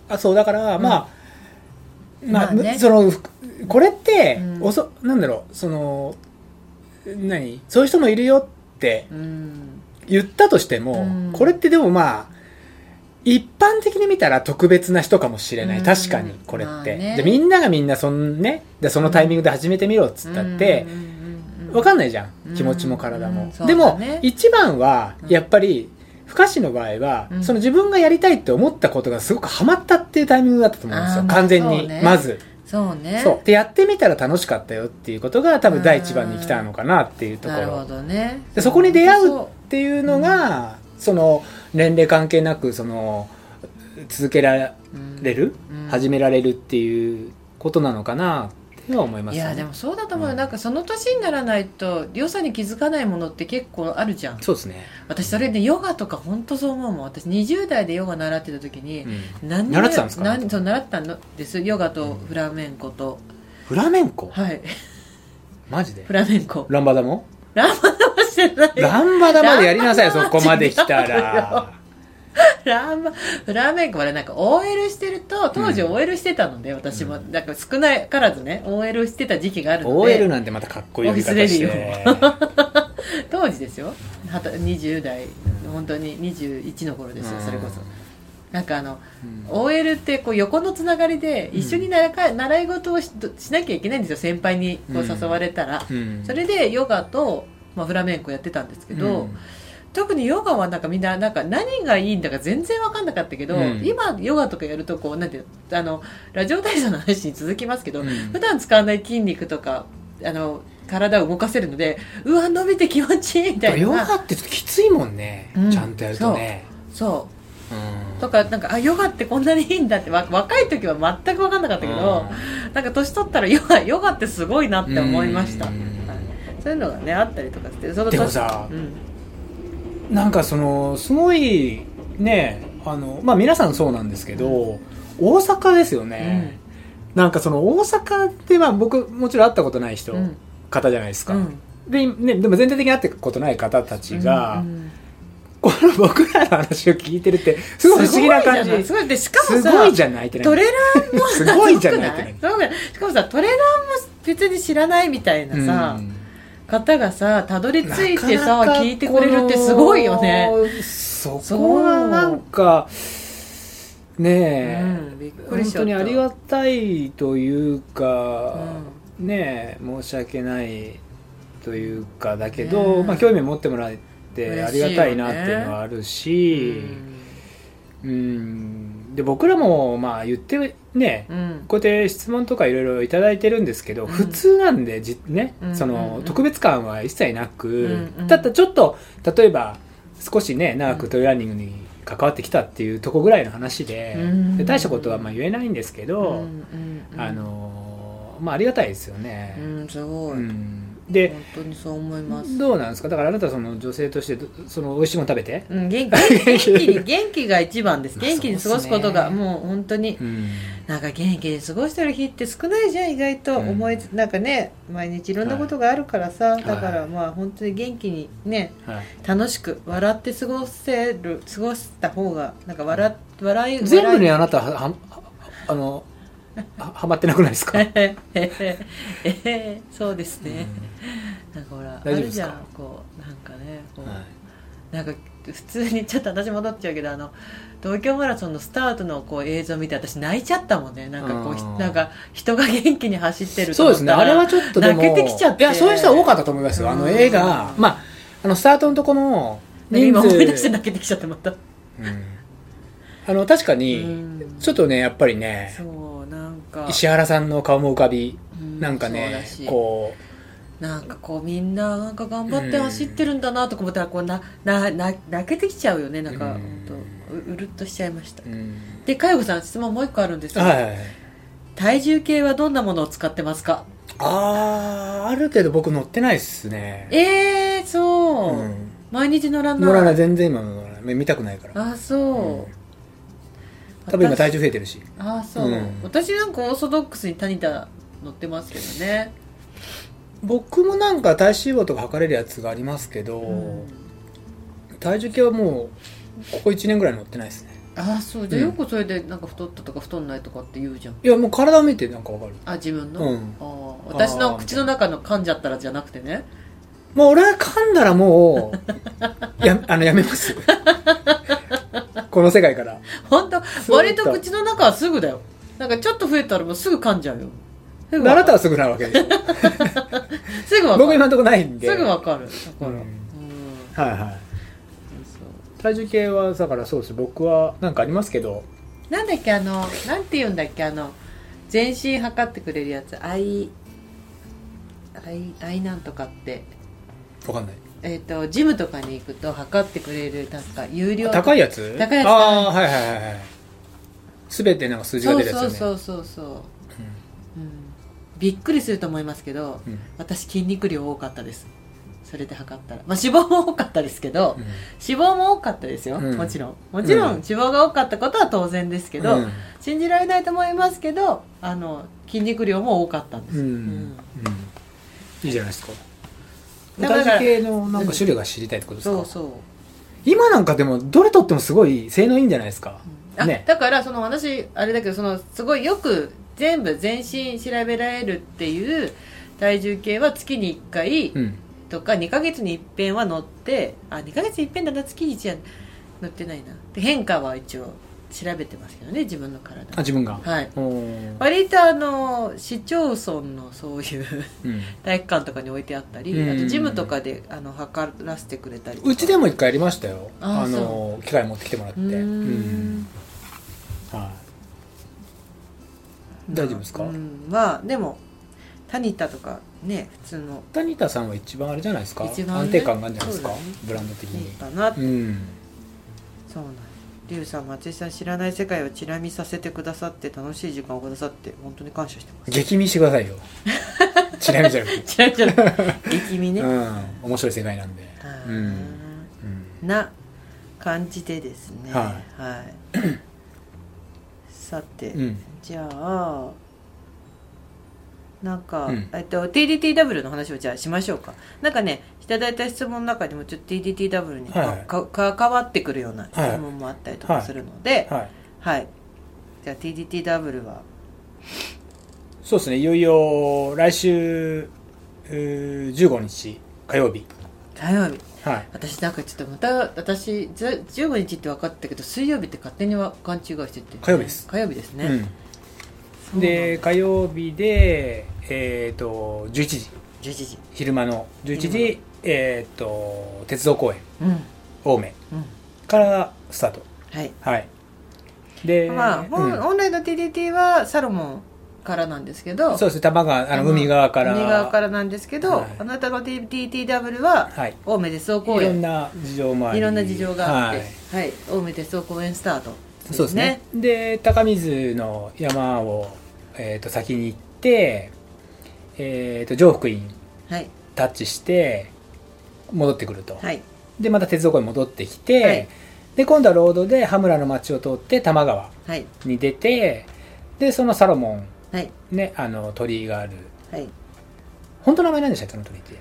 これって、なんだろう、そういう人もいるよって言ったとしても、これってでも一般的に見たら特別な人かもしれない。確かにこれって、でみんながみんなそのタイミングで始めてみろっつったって分かんないじゃん、気持ちも体も。でも一番はやっぱりふかっしーの場合は、その自分がやりたいって思ったことがすごくハマったっていうタイミングだったと思うんですよ、完全に。まずでやってみたら楽しかったよっていうことが多分第一番に来たのかなっていうところ。 なるほどね。 でそこに出会うっていうのが、その年齢関係なく続けられる、始められるっていうことなのかなっては思いますね。 いやでもそうだと思うよ。なんかその年にならないと良さに気づかないものって結構あるじゃん。 そうですね。 私それでヨガとか本当そう思うもん。私20代でヨガ習ってた時に、 習ってたんですか？ 習ったんです。ヨガとフラメンコと。 フラメンコ？ はい。 マジで？ フラメンコ。 ランバダもしてない。 ランバダまでやりなさいよ、そこまで来たら。 フラメンコはね、なんか OL してると、当時 OL してたので、私もなんか少ないからずね OL してた時期があるので、 OL なんてまたかっこいい呼び方して、 当時ですよ、20代本当に21の頃ですよ、それこそ。なんかOL ってこう横のつながりで一緒に習い事をしなきゃいけないんですよ、先輩にこう誘われたら、それでヨガと、フラメンコやってたんですけど、特にヨガはなんかみんななんか何がいいんだか全然分かんなかったけど、今ヨガとかやるとこうなんていうラジオ体操の話に続きますけど、普段使わない筋肉とか体を動かせるので、うわ伸びて気持ちいいみたいな。 ヨガってちょっときついもんね、ちゃんとやるとね。 そうとかなんかヨガってこんなにいいんだって若い時は全く分かんなかったけど、なんか年取ったらヨガってすごいなって思いました。そういうのがねあったりとかして、 でもさ、なんかすごいね、皆さんそうなんですけど、大阪ですよね、なんか大阪では僕もちろん会ったことない方じゃないですか、でも全体的に会ったことない方たちが、この僕らの話を聞いてるってすごい不思議な感じ。 すごいで、しかもさ、 すごいじゃないってトレランもすごいじゃないってね。 しかもさ、トレランも別に知らないみたいなさ、方がさたどり着いてさ聞いてくれるってすごいよね。 そこはなんかねえ、 びっくりしちゃった。 本当にありがたいというか、ねえ申し訳ないというかだけど、興味を持ってもらってありがたいなっていうのはあるし、で僕らも言ってね、こうやって質問とかいろいろいただいてるんですけど、普通なんでね、特別感は一切なく、ただちょっと例えば少しね長くトレーニングに関わってきたっていうとこぐらいの話で、大したことは言えないんですけど、ありがたいですよね。 すごい。 で本当にそう思います。 どうなんですか。だからあなた女性として美味しいもの食べて、 元気が一番です。元気に過ごすことがもう本当に、なんか元気に過ごしてる日って少ないじゃん意外と。なんかね毎日いろんなことがあるからさ、だから本当に元気にね、楽しく笑って過ごした方がなんか笑い全部ねあなたはまってなくないですか。 そうですね、なんかほらあるじゃん、こうなんかねこう、なんか普通にちょっと私戻っちゃうけど東京マラソンのスタートのこう映像見て私泣いちゃったもんね。なんかこうなんか人が元気に走ってると思ったら、そうですね、 あれはちょっとでも泣けてきちゃって。 いやそういう人は多かったと思いますよ。映画スタートのとこの今思い出して泣けてきちゃってまた。 確かにちょっとねやっぱりね、石原さんの顔も浮かび、なんかねこうなんかこうみんななんか頑張って走ってるんだなとか思ったらこう泣けてきちゃうよね。なんかうるっとしちゃいました。で佳代子さん質問もう一個あるんですよ、体重計はどんなものを使ってますか。 あるけど僕乗ってないっすね。 そう、毎日乗らない。 乗らない、全然今乗らない、見たくないから。 そう、 多分今体重増えてるし。 そう、私なんかオーソドックスにタニタ乗ってますけどね。 僕もなんか体脂肪とか測れるやつがありますけど、体重計はもうここ1年ぐらい乗ってないですね。 そうじゃあよくそれでなんか太ったとか太んないとかって言うじゃん。 いやもう体を見てなんか分かる。 自分の、私の口の中の噛んじゃったらじゃなくてね、 もう俺は噛んだらもうやめますこの世界から。 本当割と口の中はすぐだよ。なんかちょっと増えたらもうすぐ噛んじゃうよ。 あなたはすぐなわけでしょすぐ分かる。 僕今のとこないんで。 すぐ分かる。 体重計はだからそうです。僕はなんかありますけど、 なんだっけなんて言うんだっけ全身測ってくれるやつ、アイなんとかって分かんない。 ジムとかに行くと測ってくれるなんか有料高いやつ。 高いやつ。 全てなんか数字が出るやつよね。 そう、びっくりすると思いますけど、私筋肉量多かったです。それで測ったら、脂肪も多かったですけど、脂肪も多かったですよ、もちろん脂肪が多かったことは当然ですけど、信じられないと思いますけど筋肉量も多かったんです。 いいじゃないですか。体重計のなんか種類が知りたいってことですか。 そう今なんかでもどれとってもすごい性能いいんじゃないですか、 だから私あれだけどすごいよく全身調べられるっていう体重計は月に1回、 とか2ヶ月に一遍は乗って、2ヶ月に一遍だな、月1は乗ってないな。で変化は一応調べてますけどね、自分の体。 自分が。 はい。割と市町村のそういう体育館とかに置いてあったり、あとジムとかで測らせてくれたりとか。 うちでも一回やりましたよ。機械持ってきてもらって。大丈夫ですか？ まあでもタニタとかね、普通のタニタさんは一番あれじゃないですか、 一番、ね、 安定感があるんじゃないですか、ブランド的に。 いいかなって、そうなんリュウさん、松井さん、知らない世界をチラ見させてくださって楽しい時間をくださって本当に感謝してます。 激見してくださいよ。チラ見じゃなくて。 チラ見じゃなくて激見ね。 面白い世界なんで。 な感じでですね。はい。さて、じゃあなんか、TDTW の話をじゃあしましょうか。なんかね、いただいた質問の中にもちょっと TDTW に関わってくるような質問もあったりとかするので、はい。じゃあ TDTW はそうですね、いよいよ来週15日火曜日。 私なんかちょっとまた私15日って分かったけど、水曜日って勝手に勘違いしてて、 火曜日です。 火曜日ですね。 で火曜日で11時昼間の11時鉄道公園、青梅からスタート。で本来の TDT はサロモンからなんですけど、 そうですね、多摩川海側からなんですけど、あなたの TDTW は青梅鉄道公園、 いろんな事情もあり、 いろんな事情があって、青梅鉄道公園スタート。 そうですね。で高水の山を先に行って、上福院タッチして戻ってくると、でまた鉄道公園戻ってきて、で今度はロードで羽村の町を通って多摩川に出て、でそのサロモン、鳥居がある、本当の名前何でしたっけ、その鳥居って。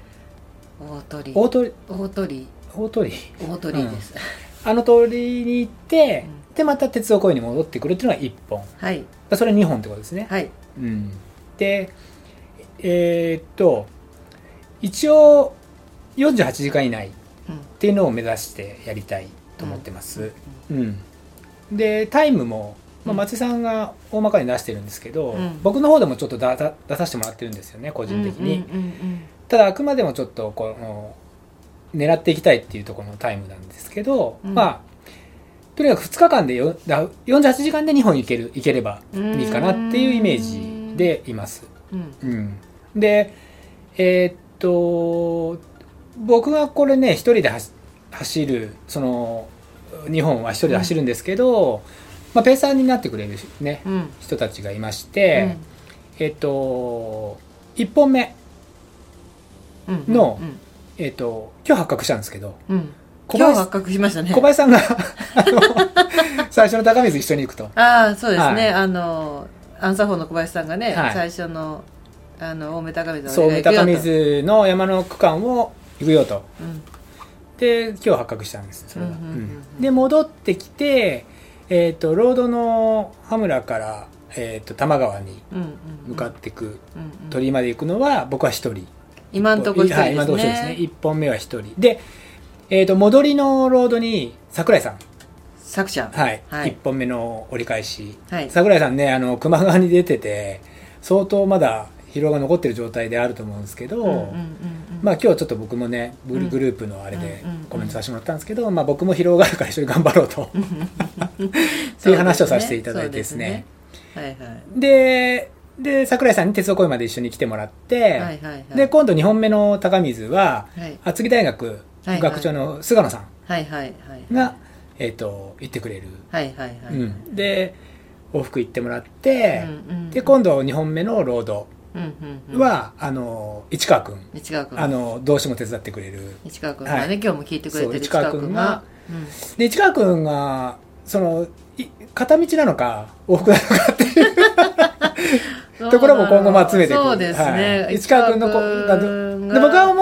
大鳥です。鳥居に行って、でまた鉄道公園に戻ってくるっていうのが1本、それ2本ってことですね。で一応48時間以内っていうのを目指してやりたいと思ってます。でタイムも、松井さんが大まかに出してるんですけど、僕の方でもちょっと出させてもらってるんですよね、個人的に。ただあくまでもちょっとこの狙っていきたいっていうところのタイムなんですけど、とにかく2日間で48時間で2本いければいいかなっていうイメージでいます。で僕がこれね一人で走るその2本は一人で走るんですけど、ペーサーになってくれる、人たちがいまして、1本目の、今日発覚したんですけど、 今日発覚しましたね。 小林さんが最初の高水一緒に行くと。 そうですね。アンサー4の小林さんがね、最初の青梅高水の青梅高水の山の区間を行くよと。で今日発覚したんです。それが。で戻ってきて、ロードの羽村から多摩川に向かっていく鳥居まで行くのは僕は一人。 今のところ一人ですね。 今のところ一人ですね。1本目は一人で。戻りのロードに桜井さん、1本目の折り返し、桜井さんね、球磨川に出てて相当まだ疲労が残ってる状態であると思うんですけど、今日ちょっと僕もねグループのあれでコメントさせてもらったんですけど、僕も疲労があるから一緒に頑張ろうとっていう話をさせていただいてですね、で桜井さんに鉄道公園まで一緒に来てもらって、で今度2本目の高水は厚木大学学長の菅野さんが行ってくれる。で往復行ってもらって、で今度2本目のロードは市川君、どうしても手伝ってくれる市川君がね、今日も聞いてくれてる市川君が、 で市川君がその片道なのか往復なのかっていうところも今後集めていく。そうですね。市川君ので僕は思う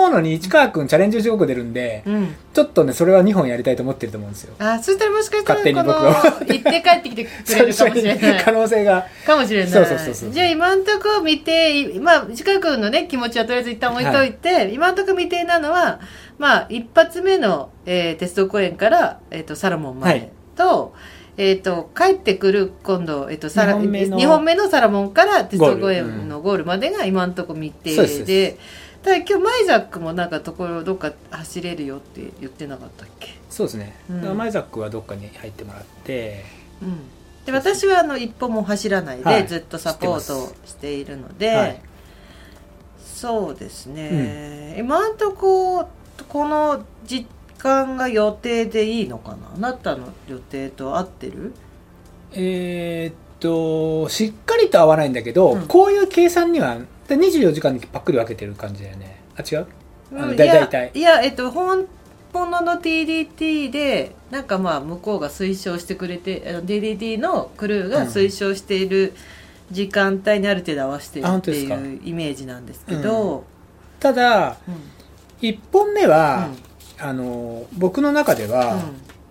ものに市川くんチャレンジ15個出るんで、ちょっとねそれは2本やりたいと思ってると思うんですよ。 そしたらもしかしたら勝手に僕は行って帰ってきてくれるかもしれない可能性がかもしれない。 そうじゃあ今んとこ見て、市川くんのね気持ちはとりあえず一旦置いといて、今んとこ未定なのは一発目の、鉄道公園から、サロモンまでと、帰ってくる今度、2本目のサロモンから鉄道公園のゴールまでが今んとこ未定で、ただ今日マイザックもなんかところどっか走れるよって言ってなかったっけ。 そうですね、だからマイザックはどっかに入ってもらって、 で私は一歩も走らないでずっとサポートをしているので、そうですね、今んとここの時間が予定でいいのかな。あなたの予定と合ってる？ しっかりと合わないんだけど、こういう計算には24時間にパックリ分けてる感じだよね。違う？大体いや、本物の TDT でなんか向こうが推奨してくれて、TDT のクルーが推奨している時間帯にある程度合わせてるっていうイメージなんですけど、 ただ、1本目は、僕の中では、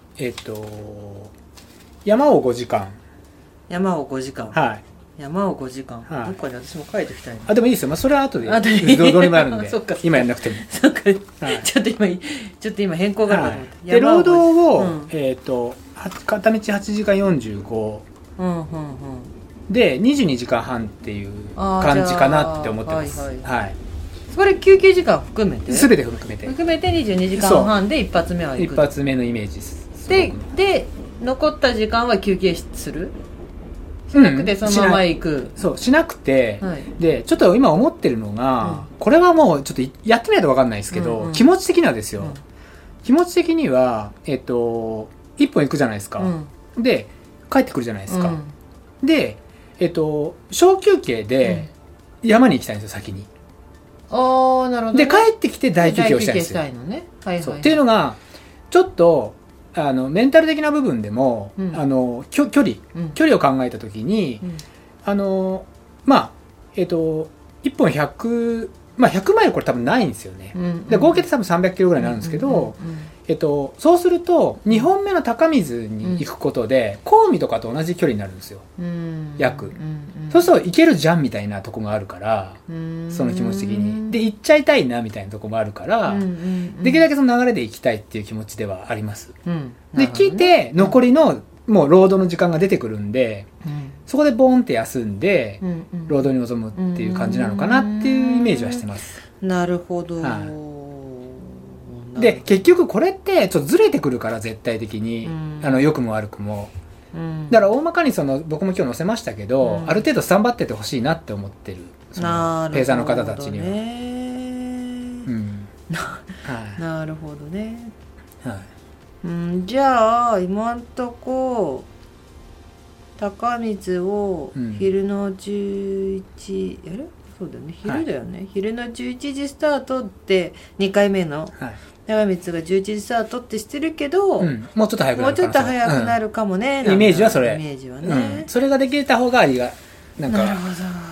山を5時間山を5時間山を5時間、 はい、 どっかに私も書いておきたいな。 でもいいですよ、それは後でどうにもあるんで今やんなくてもそっか、ちょっと今変更があると思って、 で労働を、片道8時間45、で22時間半っていう感じかなって思ってます。 これ休憩時間含めて全て含めて 22時間半で一発目は行く。 一発目のイメージです。 で残った時間は休憩する？しなくてそのまま行く？ しなくて、でちょっと今思ってるのが、これはもうちょっとやってみないと分かんないですけど、気持ち的にはですよ、気持ち的には1本行くじゃないですか、で帰ってくるじゃないですか、で小休憩で山に行きたいんですよ、先に。 なるほど、 で帰ってきて大休憩をしたいんですよ。っていうのがちょっとメンタル的な部分でも、距離を考えた時に、1本100マイルこれ多分ないんですよね、で合計で多分300キロぐらいになるんですけど、そうすると2本目の高水に行くことで神戸とかと同じ距離になるんですよ、約。そうすると行けるじゃんみたいなとこもあるから、その気持ち的にで行っちゃいたいなみたいなとこもあるから、できるだけその流れで行きたいっていう気持ちではあります、で来て残りのもう労働の時間が出てくるんで、そこでボーンって休んで、労働に臨むっていう感じなのかなっていうイメージはしてます。 なるほど、 で結局これってちょっとずれてくるから、絶対的に、良くも悪くも、だから大まかに僕も今日載せましたけど、ある程度スタンバっててほしいなって思ってる、そのペーサーの方たちには。 なるほどね。じゃあ今んとこ高水を昼の11、そうだよね、昼だよね、昼の11時スタートって2回目の高水が11時スタートってしてるけど、もうちょっと早くなるかもね、 イメージはそれ、 イメージはね、 それができた方がなんか、 なるほど、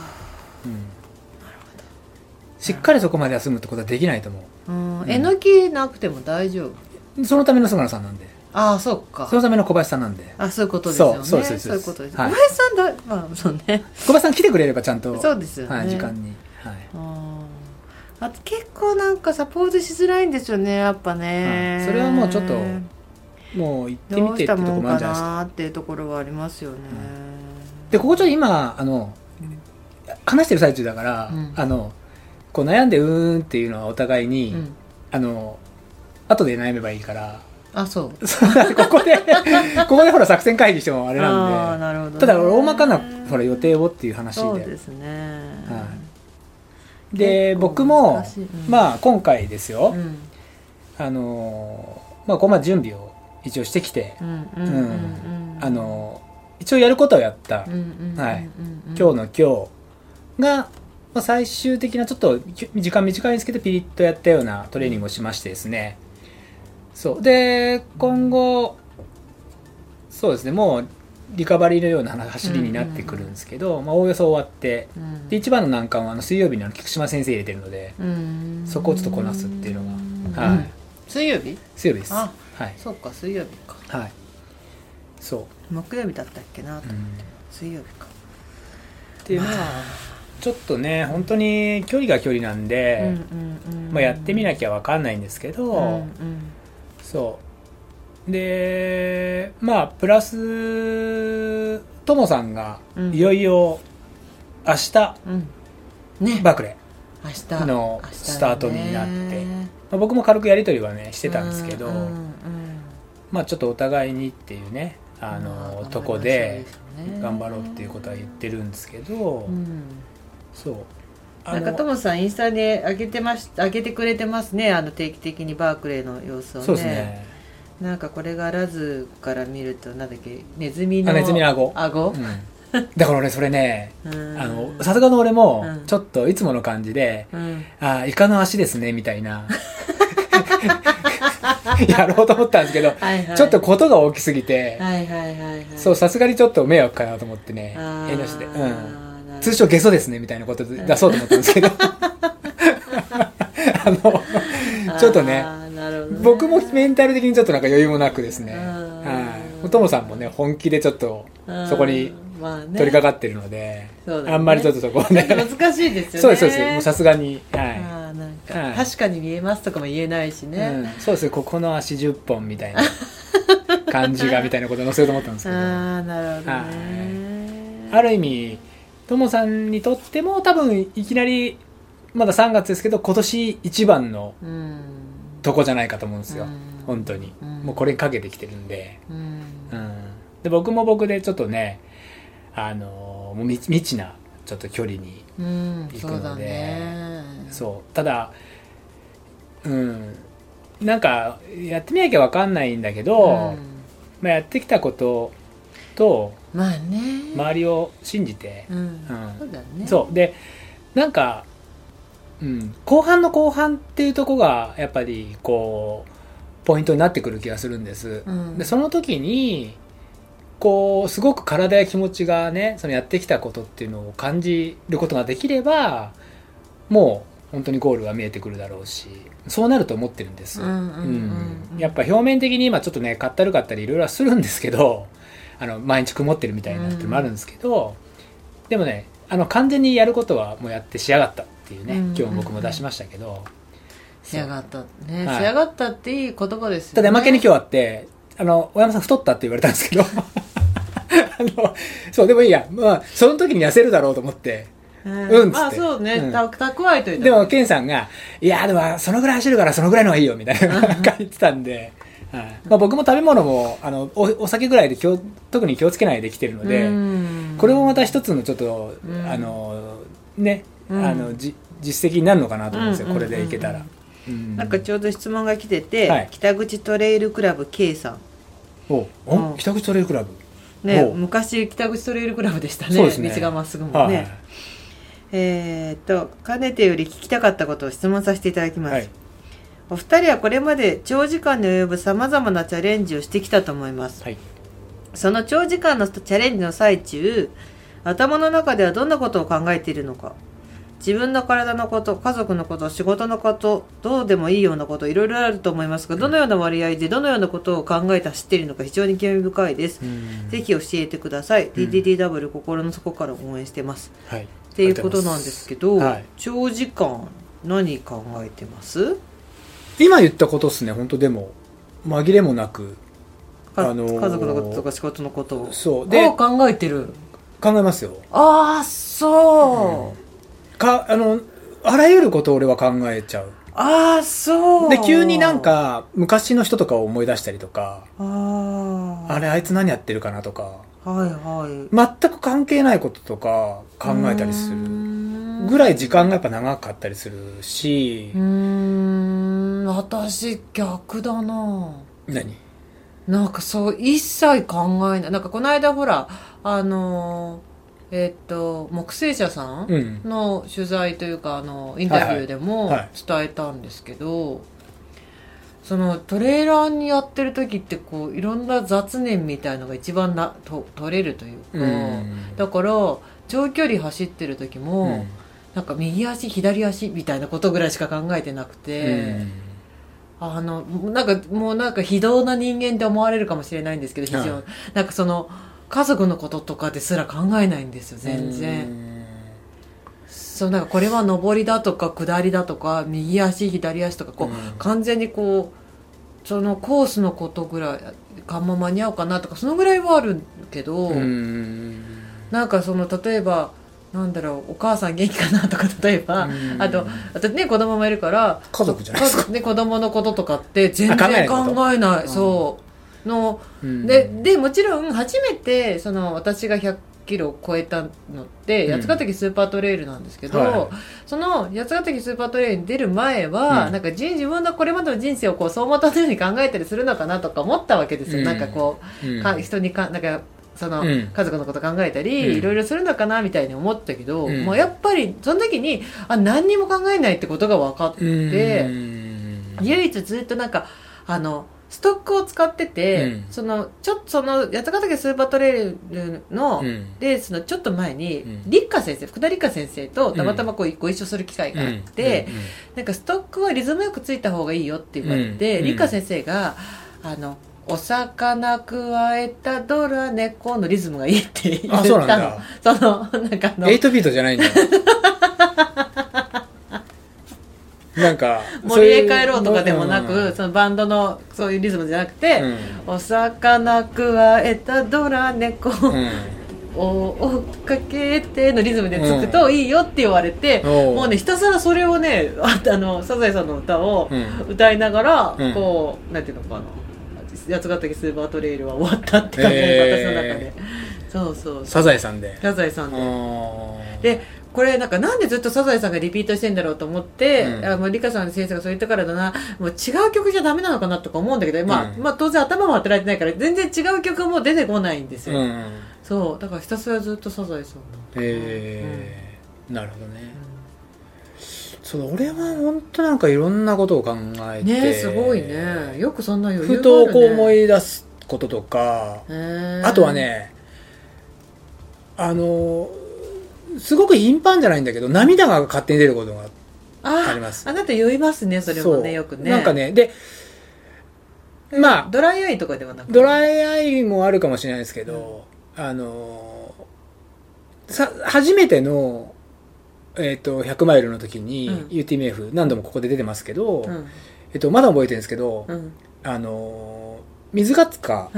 しっかりそこまで休むってことはできないと思う。 えのきなくても大丈夫？ そのための菅野さんなんで。 そうか。 そのための小林さんなんで。 そういうことですよね。そういうことです。小林さんそうね。 小林さん来てくれればちゃんと。 そうですよね。 時間に。 あと結構なんかサポートしづらいんですよね、やっぱね。 それはもうちょっともう行ってみてってところもあるんじゃないですか。どうしたもんかなっていうところはありますよね。 でここちょっと今話してる最中だから、こう悩んでっていうのはお互いに、後で悩めばいいから。 そうここでほら作戦会議してもあれなんで、ただ大まかなほら予定をっていう話で。 そうですね。 で僕も今回ですよ、ここまで準備を一応してきて、一応やることをやった、今日の今日が最終的なちょっと時間短いんですけどピリッとやったようなトレーニングをしましてですね。そうで今後そうですね、もうリカバリーのような走りになってくるんですけど、まあ、おおよそ終わって、で一番の難関は水曜日に菊島先生入れてるので、そこをちょっとこなすっていうのが、はい、 水曜日です。 あ、 はい、 そうか、水曜日か。 はい、そう木曜日だったっけなと思って、水曜日かっていうのは、ちょっとね本当に距離が距離なんで、まあ、やってみなきゃ分かんないんですけど、そうでまあプラスともさんがいよいよ明日、 ね、 バークレーのスタートになって、まあ、僕も軽くやり取りはねしてたんですけど、まあちょっとお互いにっていうねとこで頑張ろうっていうことは言ってるんですけど、そうなんかトモさんインスタで上げてくれてますね、定期的にバークレーの様子をね。 そうですね。 なんかこれがラズから見るとなんだっけ、ネズミの顎、 だから俺それね、さすがの俺もちょっといつもの感じで、イカの足ですねみたいなやろうと思ったんですけど、ちょっとことが大きすぎて、そうさすがにちょっと迷惑かなと思ってね、遠慮して、通称ゲソですねみたいなことで出そうと思ったんですけどちょっとね、僕もメンタル的にちょっとなんか余裕もなくですね、トモさんもね本気でちょっとそこに取り掛かってるので、あんまりちょっとそこはね難しいですよね。 そうですもうさすがに、 なんか確かに見えますとかも言えないしね、 そうです、ここの足10本みたいな感じがみたいなことを載せようと思ったんですけど、 なるほどね。 ある意味トモさんにとっても多分いきなりまだ3月ですけど今年一番のとこじゃないかと思うんですよ、本当に、もうこれにかけてきてるんで、で僕も僕でちょっとねもう未知なちょっと距離に行くので、そうただなんかやってみなきゃ分かんないんだけど、まあ、やってきたことと、 まあね、 周りを信じて、 そうだね。 そうでなんか、後半の後半っていうところがやっぱりこうポイントになってくる気がするんです、でその時にこうすごく体や気持ちがねそのやってきたことっていうのを感じることができればもう本当にゴールが見えてくるだろうし、そうなると思ってるんです。やっぱ表面的に今ちょっとねかったるかったりいろいろするんですけど、毎日曇ってるみたいなってもあるんですけど、でもね完全にやることはもうやって仕上がったっていうね、今日も僕も出しましたけど、 仕上がったね、仕上がったっていい言葉ですよね。 ただ負けに今日あって小山さん太ったって言われたんですけどそうでもいいや、まあその時に痩せるだろうと思ってつって、 まあそうね、蓄えといて。 でもケンさんがいやでもそのぐらい走るからそのぐらいの方がいいよみたいな言ってたんで、まあ、僕も食べ物もお酒ぐらいで特に気をつけないで来てるので、これもまた一つのちょっとね、実績になるのかなと思うんですよ、これでいけたら。 なんかちょうど質問が来てて、北口トレイルクラブ K さん。 北口トレイルクラブね、昔北口トレイルクラブでしたね。道がまっすぐもね。かねてより聞きたかったことを質問させていただきます。お二人はこれまで長時間に及ぶさまざまなチャレンジをしてきたと思います、その長時間のチャレンジの最中、頭の中ではどんなことを考えているのか、自分の体のこと、家族のこと、仕事のこと、どうでもいいようなこと、いろいろあると思いますが、どのような割合でどのようなことを考えて走っているのか非常に興味深いです、ぜひ教えてください、DDTW 心の底から応援してます、っていうことなんですけど、長時間何考えてます？ 今言ったことっすね。本当でも紛れもなく家族のこととか仕事のことをそうで考えてる。 考えますよ。 ああそう、 あらゆることを俺は考えちゃう。 ああそうで急になんか昔の人とかを思い出したりとか、あれあいつ何やってるかなとか、全く関係ないこととか考えたりするぐらい時間がやっぱ長かったりするし、 私逆だな。 何？ なんかそう一切考えない。なんかこの間ほら木星社さんの取材というかインタビューでも伝えたんですけど、 そのトレーラーにやってる時ってこういろんな雑念みたいのが一番取れるというか、だから長距離走ってる時も、なんか右足左足みたいなことぐらいしか考えてなくて、なんかもうなんか非道な人間って思われるかもしれないんですけど、非常になんかその家族のこととかですら考えないんですよ全然。そうなんかこれは上りだとか下りだとか右足左足とかこう、完全にこうそのコースのことぐらいかも間に合うかなとかそのぐらいはあるけど、なんかその例えばなんだろう、お母さん元気かなとか例えば、あとね子供もいるから家族じゃないですか、 ね、子供のこととかって全然考えない、そうの、でもちろん初めてその私が100キロを超えたのって八ヶ岳スーパートレイルなんですけど、その八ヶ岳スーパートレイルに出る前は、なんか自分のこれまでの人生をこう走馬灯のように考えたりするのかなとか思ったわけですよ、なんかこう、人になんかその家族のこと考えたり、いろいろするのかなみたいに思ったけど、もうやっぱりその時に何にも考えないってことが分かって、唯一ずっとなんかストックを使ってて、その八ヶ岳スーパートレイルのレースのちょっと前に、福田理香先生とたまたまご一緒する機会があって、なんかストックはリズムよくついた方がいいよって言われて、理香先生がお魚くわえたドラ猫のリズムがいいって言ったの。 そうなんだ。 そのなんか 8ビートじゃないんだ。なんか森へ帰ろうとかでもなく、そのバンドのそういうリズムじゃなくて、お魚くわえたドラ猫を追っかけてのリズムでつくといいよって言われて、もうねひたすらそれをねサザエさんの歌を歌いながら、こうなんていうのかな、八ヶ岳スーパートレイルは終わったって感じで、私の中で。そうサザエさんででこれなんでずっとサザエさんがリピートしてんだろうと思って、リカさんの先生がそう言ったからだな、もう違う曲じゃダメなのかなとか思うんだけど、まあ当然頭も当てられてないから全然違う曲も出てこないんですよ、そうだからひたすらずっとサザエさんなるほどね、そう俺は本当なんかいろんなことを考えてね、すごいね、よくそんな余裕があるね。 ふとこう思い出すこととか、あとはねすごく頻繁じゃないんだけど涙が勝手に出ることがあります。 あなた酔いますね、それもね、よくね。 なんかね、でまあドライアイとかではなくて、 ドライアイもあるかもしれないですけど、初めての100マイルの時に UTMF 何度もここで出てますけど、まだ覚えてるんですけど、水ヶ塚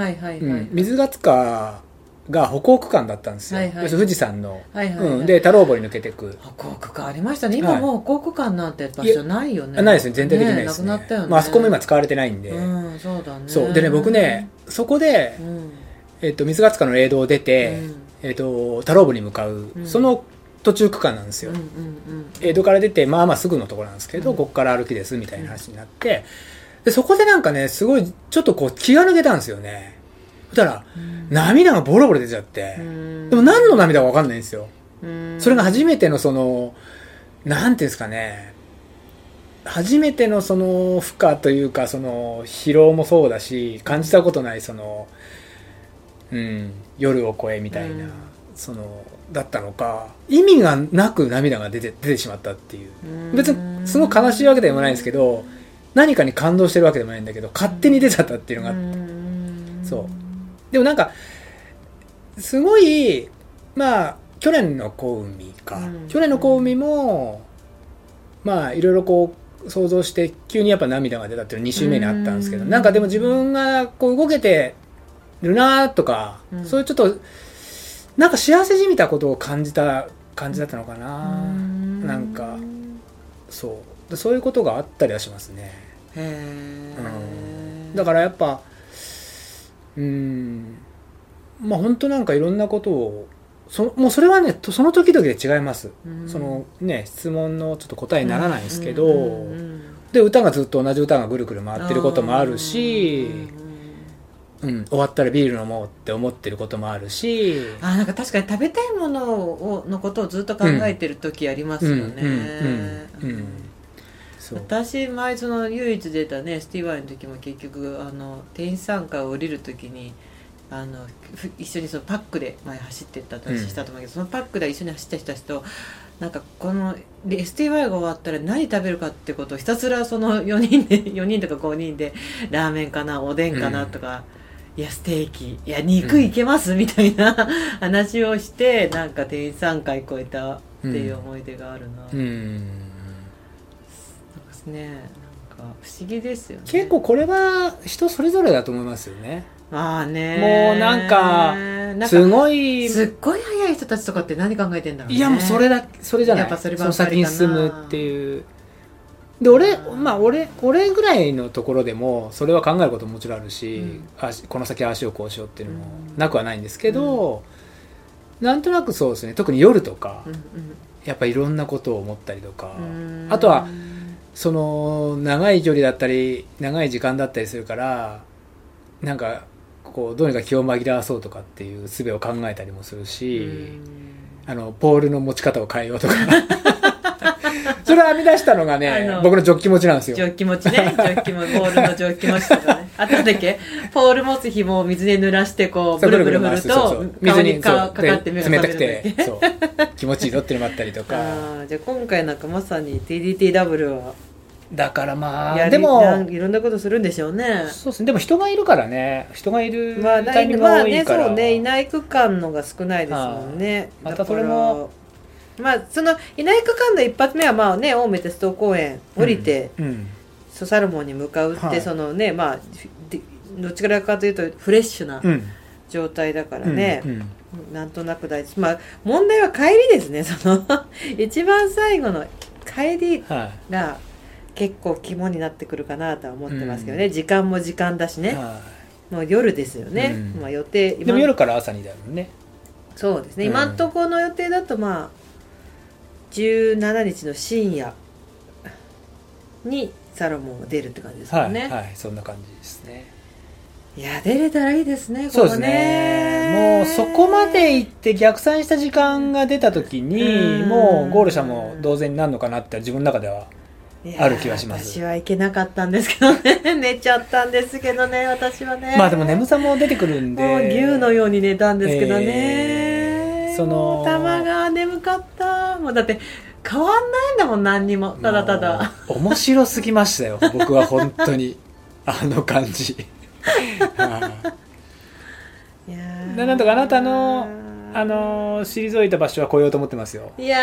が歩行区間だったんですよ、富士山の、で太郎堀抜けていく歩行区間ありましたね。今もう歩行区間なんて場所ないよね。 ないですね、全体的にないですね。 なくなったよね。 あそこも今使われてないんで、 そうだね。 そうでね、僕ねそこで、水ヶ塚の霊道を出て、太郎堀に向かう、その途中区間なんですよ。江戸から出てまあまあすぐのところなんですけど、ここから歩きですみたいな話になって、でそこでなんかねすごいちょっとこう気が抜けたんですよね。そしたら、涙がボロボロ出ちゃって、でも何の涙か分かんないんですよ。それが初めてのそのなんていうんですかね、初めてのその負荷というか、その疲労もそうだし、感じたことないその、夜を越えみたいな、そのだったのか、意味がなく涙が出てしまったっていう、別にすごく悲しいわけでもないんですけど、何かに感動してるわけでもないんだけど、勝手に出ちゃったっていうのがあって、そうでもなんかすごい、まあ去年の幸海か、去年の幸海もまあいろいろこう想像して急にやっぱ涙が出たっていうの2週目にあったんですけど、なんかでも自分がこう動けてるなとか、そういうちょっとなんか幸せじみたことを感じだったのかな、なんかそういうことがあったりはしますね。だからやっぱまあ本当なんかいろんなことをもうそれはねその時々で違います、そのね質問のちょっと答えにならないんですけど、で歌がずっと同じ歌がぐるぐる回ってることもあるし、終わったらビール飲もうって思ってることもあるし、 なんか確かに食べたいもののことをずっと考えてる時ありますよね。 私前その唯一出たねスティーバイの時も結局天一山階を降りる時に一緒にそのパックで前走ってったとしたと思うけど、そのパックで一緒に走った人たちとなんかこの STY が終わったら何食べるかってことをひたすらその4人とか5人でラーメンかなおでんかなとか、いやステーキいや肉いけます、みたいな話をしてなんか店員3回超えたっていう思い出があるな。そうですね、なんか不思議ですよね。 結構これは人それぞれだと思いますよね。 まあね、 もうなんかすごい早い人たちとかって何考えてんだろうね。 いやもうそれじゃない、 やっぱそればっかりかな。 その先に進むっていうで、俺ぐらいのところでもそれは考えることももちろんあるし、この先足をこうしようっていうのもなくはないんですけど、なんとなくそうですね、特に夜とか、やっぱいろんなことを思ったりとか、あとはその長い距離だったり長い時間だったりするから、なんかこうどうにか気を紛らわそうとかっていう術を考えたりもするし、ポールの持ち方を変えようとかそれを編み出したのがね、僕のジョッキ持ちなんですよ。 ジョッキ持ちね、ポールのジョッキ持ちとかね。あとなんだっけ、ポール持つ紐を水で濡らしてこうブルブル振ると顔にかかって目が覚めるんだっけ。 冷たくてそう気持ちいいぞっていうのもあったりとかじゃあ今回なんかまさに TDTW はだからまあでもいろんなことするんでしょうね。 そうですね。でも人がいるからね、人がいるタイミングが多いから、 そうね、いない区間のが少ないですもんね。 またそれもまあそのいない区間の一発目はまあね、青梅鉄道公園降りて、サルモンに向かうって、そのね、まあどっちからかというとフレッシュな状態だからね、なんとなく大事。まあ問題は帰りですね。その一番最後の帰りが結構肝になってくるかなとは思ってますけどね。時間も時間だしね、もう夜ですよね。まあ予定でも夜から朝にだもんね。 そうですね、今のところの予定だとまあ17日の深夜にサロモンが出るって感じですかね。 はい、そんな感じですね。 いや出れたらいいですね。 そうですね。もうそこまで行って逆算した時間が出た時にもうゴール者も同然になるのかなって自分の中ではある気はします。 私は行けなかったんですけどね寝ちゃったんですけどね、私はね。 まあでも眠さも出てくるんでもう牛のように寝たんですけどね、 その玉が眠かった。もうだって変わんないんだもん、何にも。ただただ面白すぎましたよ僕は本当にあの感じいやなんとかあなたの退いた場所は来ようと思ってますよ。 いや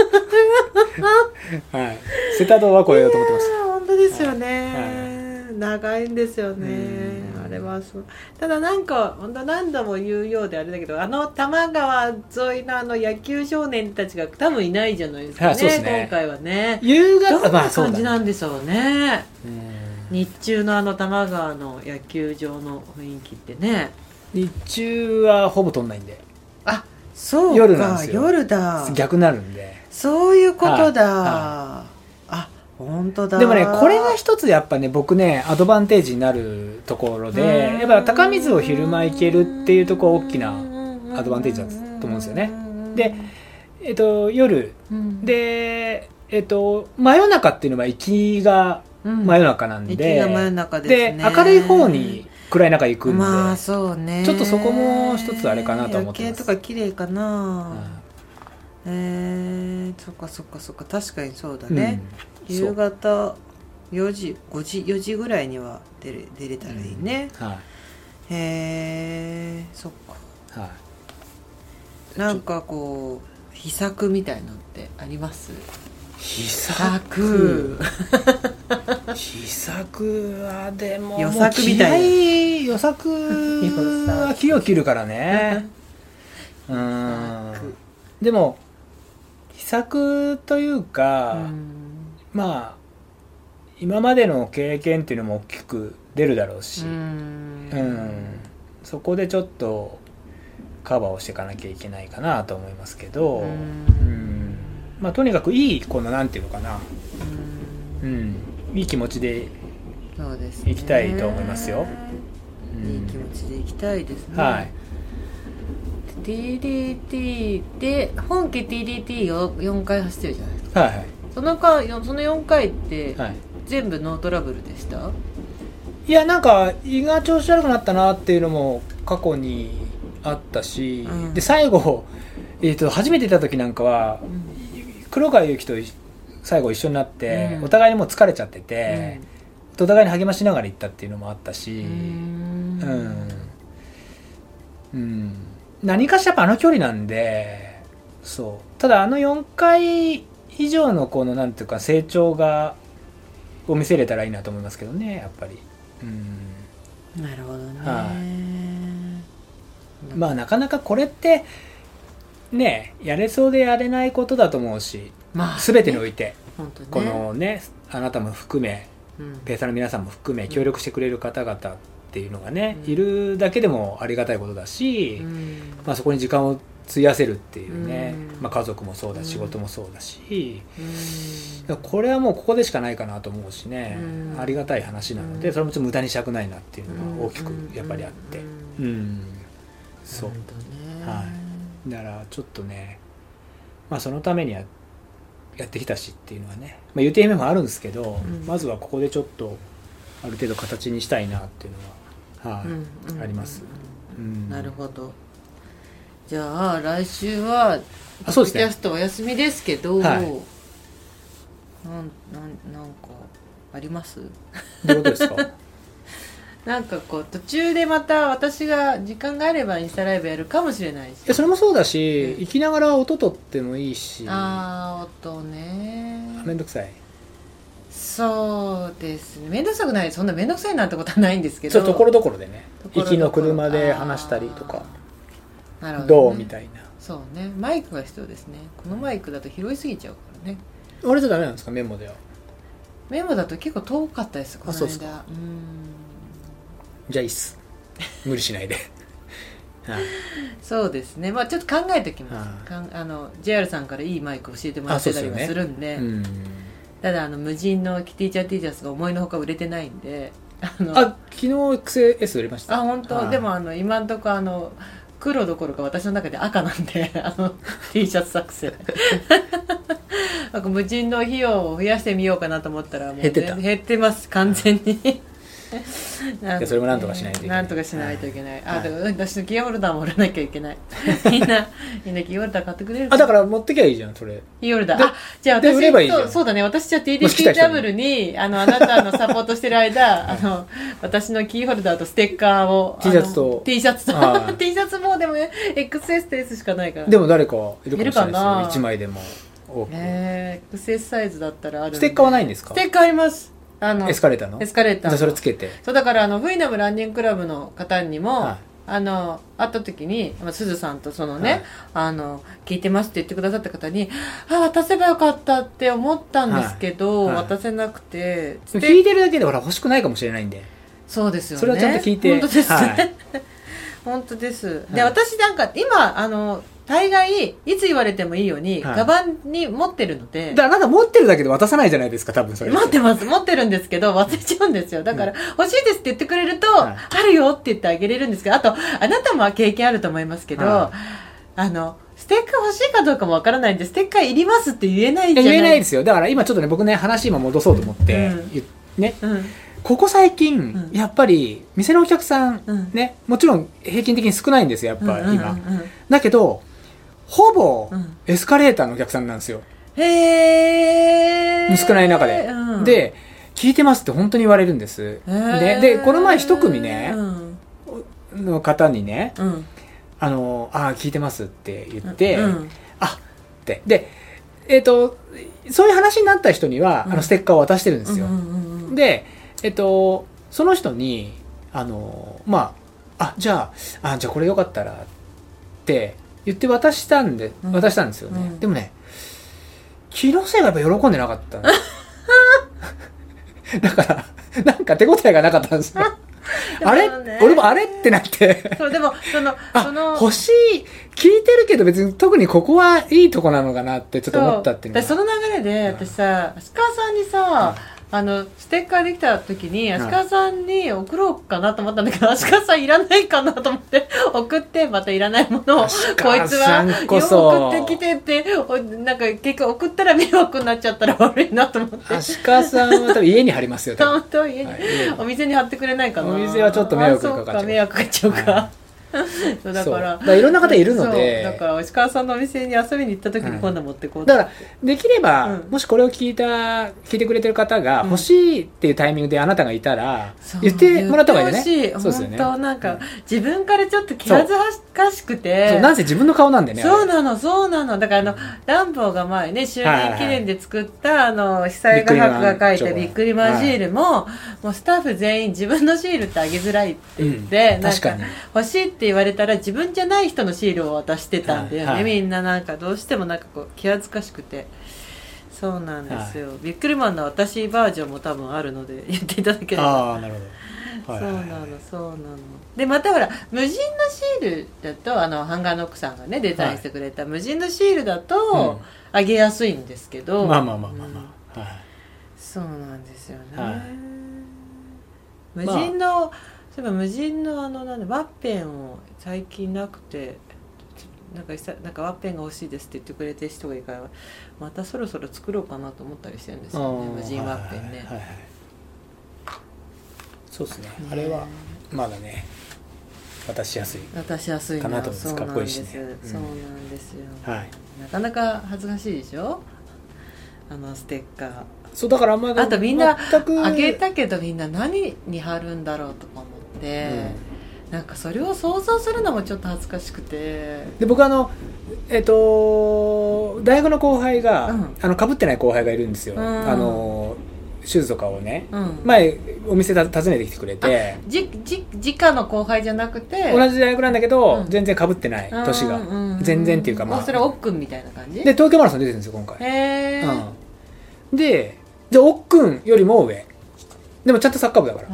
はい、瀬田道は来ようと思ってます。 本当ですよね、長いんですよね、あれは。そうただなんか本当何度も言うようであれだけど、多摩川沿いの野球少年たちが多分いないじゃないですかそうですね、 今回はね。 夕方どんな感じなんでしょうね、日中の多摩川の野球場の雰囲気ってね。 日中はほぼ撮んないんで。 あ、そうか、 夜なんですよ。 夜だ、 逆になるんで。 そういうことだ、あ、本当だ。 でもね、これが一つやっぱね、僕ねアドバンテージになるところで、やっぱ高水を昼間行けるっていうところ大きなアドバンテージだと思うんですよね。で、夜、で、真夜中っていうのは行きが真夜中なんで、 行きが真夜中ですね。 で明るい方に暗い中行くんで、 まあそうね、 ちょっとそこも一つあれかなと思ってます。 夜景とか綺麗かな、そっかそっかそっか、確かにそうだね、夕方4時4時ぐらいには出れたらいいね、そっか、なんかこう秘策みたいのってあります？ 秘策秘策はでも予策みたいな、 予策は気を切るからねでも秘策というか、まあ今までの経験っていうのも大きく出るだろうし、そこでちょっとカバーをしていかなきゃいけないかなと思いますけど、まあ、とにかくいいこのなんていうのかな、いい気持ちでいきたいと思いますよ。 いい気持ちでいきたいですね。 はい。 TDT で本家 TDT を4回走ってるじゃないですか。 はいはい。 その4回って全部ノートラブルでした？ いや、なんか胃が調子悪くなったなっていうのも過去にあったし、で最後、初めて出た時なんかは、黒川祐希と最後一緒になって、お互いにもう疲れちゃってて、お互いに励ましながら行ったっていうのもあったし、何かしらやっぱあの距離なんで、そう。ただ4回以上のこのなんていうか成長を見せれたらいいなと思いますけどね、やっぱり。 なるほどね。 まあなかなかこれってね、やれそうでやれないことだと思うし、全てにおいて、このね、あなたも含め、ペーサーの皆さんも含め協力してくれる方々っていうのがね、いるだけでもありがたいことだし、そこに時間を費やせるっていうね、家族もそうだし仕事もそうだし、これはもうここでしかないかなと思うしね、ありがたい話なので、それもちょっと無駄にしたくないなっていうのが大きくやっぱりあって、そう、だからちょっとね、そのためにやってきたしっていうのはね、言うて夢もあるんですけど、まずはここでちょっとある程度形にしたいなっていうのは、あります。 なるほど。じゃあ来週はポッドキャストお休みですけど、なんかあります？ どういうことですか？ なんかこう途中でまた私が時間があればインスタライブやるかもしれないし、 それもそうだし、生きながら音撮ってもいいし。 音ね。 めんどくさい。 そうですね、めんどくさくない、そんなめんどくさいなんてことはないんですけど、 ところどころでね、行きの車で話したりとか、どうみたいな。 そうね、マイクが必要ですね。このマイクだと拾いすぎちゃうからね。 あれじゃダメなんですか、メモでは？ メモだと結構遠かったです、この間。 そうですか。じゃあいいっす、無理しないで。 そうですね、ちょっと考えておきます。JR さんからいいマイク教えてもらってたりもするんで、ただ無人のキティちゃん T シャツが思いのほか売れてないんで、 昨日 XS 売れました。 本当？でも今んとこ黒どころか私の中で赤なんでT シャツ作戦無人の費用を増やしてみようかなと思ったらもう減ってます、完全に。 それもなんとかしないといけない。 なんとかしないといけない。私のキーホルダーも売らなきゃいけない。みんなキーホルダー買ってくれる？ だから持ってきゃいいじゃん、それ。 キーホルダー。じゃあ私、そうだね、私じゃあ TDTW に、あなたのサポートしてる間、私のキーホルダーとステッカーを、 T シャツと、 T シャツもでもね、XS と S しかないから。 でも誰かいるかもしれないですよ、1枚でも多く。 XS サイズだったらある。 ステッカーはないんですか？ ステッカーあります。 エスカレーターの？エスカレーター。じゃあそれつけて。 そう、だからフイナムランニングクラブの方にも、会った時に、すずさんと聞いてますって言ってくださった方に、渡せばよかったって思ったんですけど、渡せなくて。 聞いてるだけで欲しくないかもしれないんで。 そうですよね。 それはちゃんと聞いて。 本当ですね。本当です。で、私なんか今、大概いつ言われてもいいように、カバンに持ってるので、 だからなんか持ってるだけで渡さないじゃないですか、多分それ。 持ってるんですけど忘れちゃうんですよ。だから、欲しいですって言ってくれると、あるよって言ってあげれるんですけど、あとあなたも経験あると思いますけど、ステッカー欲しいかどうかもわからないんで、ステッカーいりますって言えないじゃない。 言えないですよ。だから今ちょっとね、僕ね、話今戻そうと思って、ね、ここ最近、やっぱり店のお客さんね、もちろん平均的に少ないんですよ、やっぱ今。だけどほぼエスカレーターのお客さんなんですよ。 へー。 少ない中で。で、聞いてますって本当に言われるんです。で、この前一組ね、の方にね、聞いてますって言って、って。で、そういう話になった人には、ステッカーを渡してるんですよ。で、その人に、じゃあこれよかったらって言って渡したんですよね。でもね、気のせいがやっぱ喜んでなかっただからなんか手応えがなかったんですよ。あれ、俺もあれってなってそう、でも欲しい、聞いてるけど別に特にここはいいとこなのかなってちょっと思ったっていうのは。 その流れで私さ、石川さんにさ、 ステッカーできた時に足利さんに送ろうかなと思ったんだけど、足利さんいらないかなと思って送って、またいらないものをこいつは送ってきてって、なんか結局送ったら迷惑になっちゃったら悪いなと思って。 足利さんは多分家に貼りますよ。 本当家に、はい、お店に貼ってくれないかな。 お店はちょっと迷惑かかっちゃう。 迷惑かかっちゃうか。はいそうだからいろんな方いるので、 だから石川さんのお店に遊びに行った時に今度持ってこう、 だからできれば、もしこれを聞いてくれてる方が欲しいっていうタイミングであなたがいたら、言ってもらった方がいいね。 そうですよね。本当なんか、自分からちょっと気恥ずかしくて、 なんせ自分の顔なんでね。 そうなの。だからダンボーが前ね周年記念で作った被災画伯が書いたビックリマンシールも、もうスタッフ全員自分のシールってあげづらいって言って、なんか欲しいって言われたら自分じゃない人のシールを渡してたんだよね、みんななんかどうしてもなんかこう気恥ずかしくて。そうなんですよ、ビックリマンの私バージョンも多分あるので言っていただければ。 なるほど、 そうなのでまたほら無人のシールだとハンガーノックさんがねデザインしてくれた無人のシールだとあげやすいんですけど、 まあ、 そうなんですよね、無人の、そういえば無人のワッペンを最近なくてなんかワッペンが欲しいですって言ってくれてる人がいるからまたそろそろ作ろうかなと思ったりしてるんですよね、無人ワッペンね。 そうですね、あれはまだね渡しやすいかなと思います。かっこいいしね。 そうなんですよ、 はい、 なかなか恥ずかしいでしょステッカー。 そうだからまだあとみんなあげたけどみんな何に貼るんだろうとか思って、なんかそれを想像するのもちょっと恥ずかしくて。で僕大学の後輩が、被ってない後輩がいるんですよ、シューズとかをね、前お店訪ねてきてくれて、 直の後輩じゃなくて同じ大学なんだけど、全然被ってない年が、全然っていうかそれはおっくんみたいな感じで東京マラソン出てるんですよ今回。でおっくんよりも上でもちゃんとサッカー部だから。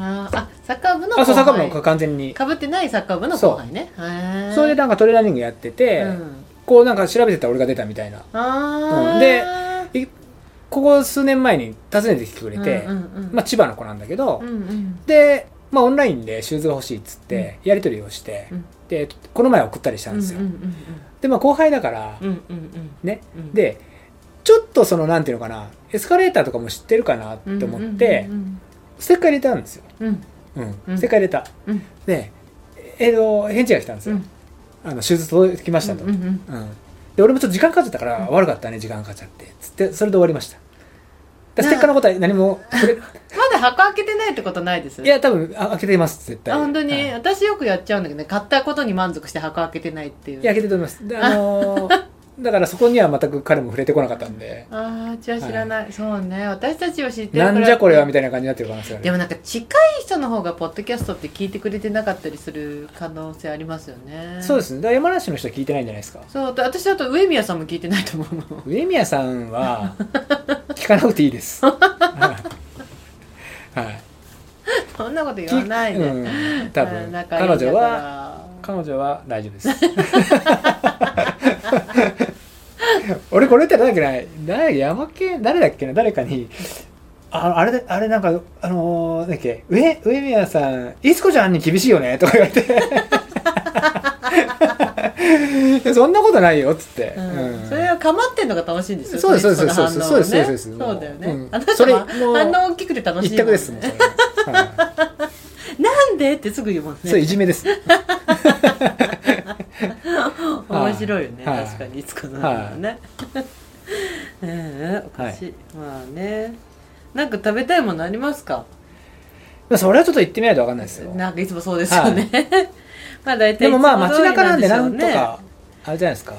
サッカー部の後輩。 サッカー部の完全に被ってないサッカー部の後輩ね。 それでなんかトレーニングやってて、こうなんか調べてたら俺が出たみたいな。でここ数年前に訪ねてきてくれて、千葉の子なんだけど、でオンラインでシューズが欲しいっつってやり取りをして、でこの前送ったりしたんですよ。で後輩だからね、でちょっとなんていうのかな、エスカレーターとかも知ってるかなって思ってステッカー入れたんですよ。ステッカー入れた。で返事が来たんですよ。シューズ届きましたと。で俺もちょっと時間かかっちゃったから悪かったね、時間かかっちゃってつってそれで終わりました。ステッカーのことは何もまだ箱開けてないってことないです？ いや多分開けてます絶対。 本当に、私よくやっちゃうんだけどね、買ったことに満足して箱開けてないっていう。 いや開けてと思います。だからそこには全く彼も触れてこなかったんで。 じゃあ知らない、そうね、私たちを知ってるからなんじゃこれはみたいな感じになってる可能性ある。 でもなんか近い人の方がポッドキャストって聞いてくれてなかったりする可能性ありますよね。 そうですね、だから山梨の人は聞いてないんじゃないですか。 そう私だと上宮さんも聞いてないと思うの。 上宮さんは聞かなくていいですそんなこと言わないで、 多分彼女は大丈夫です俺これ言ったら誰だっけな、誰かにあれなんかなんだっけ、上宮さんいつこちゃんに厳しいよねとか言われてそんなことないよっつって、 それは構ってんのが楽しいんですよ。 そうですそうだよね。あなたは反応大きくて楽しい。 一択ですもん。 なんでってすぐ言うもんね。 それいじめです。 面白いよね、確かにいつかなのね。おかしい。まあね。なんか食べたいものありますか？ それはちょっと言ってみないと分かんないですよ。 なんかいつもそうですよね。まあ大体でも街中なんでなんとかあれじゃないですか。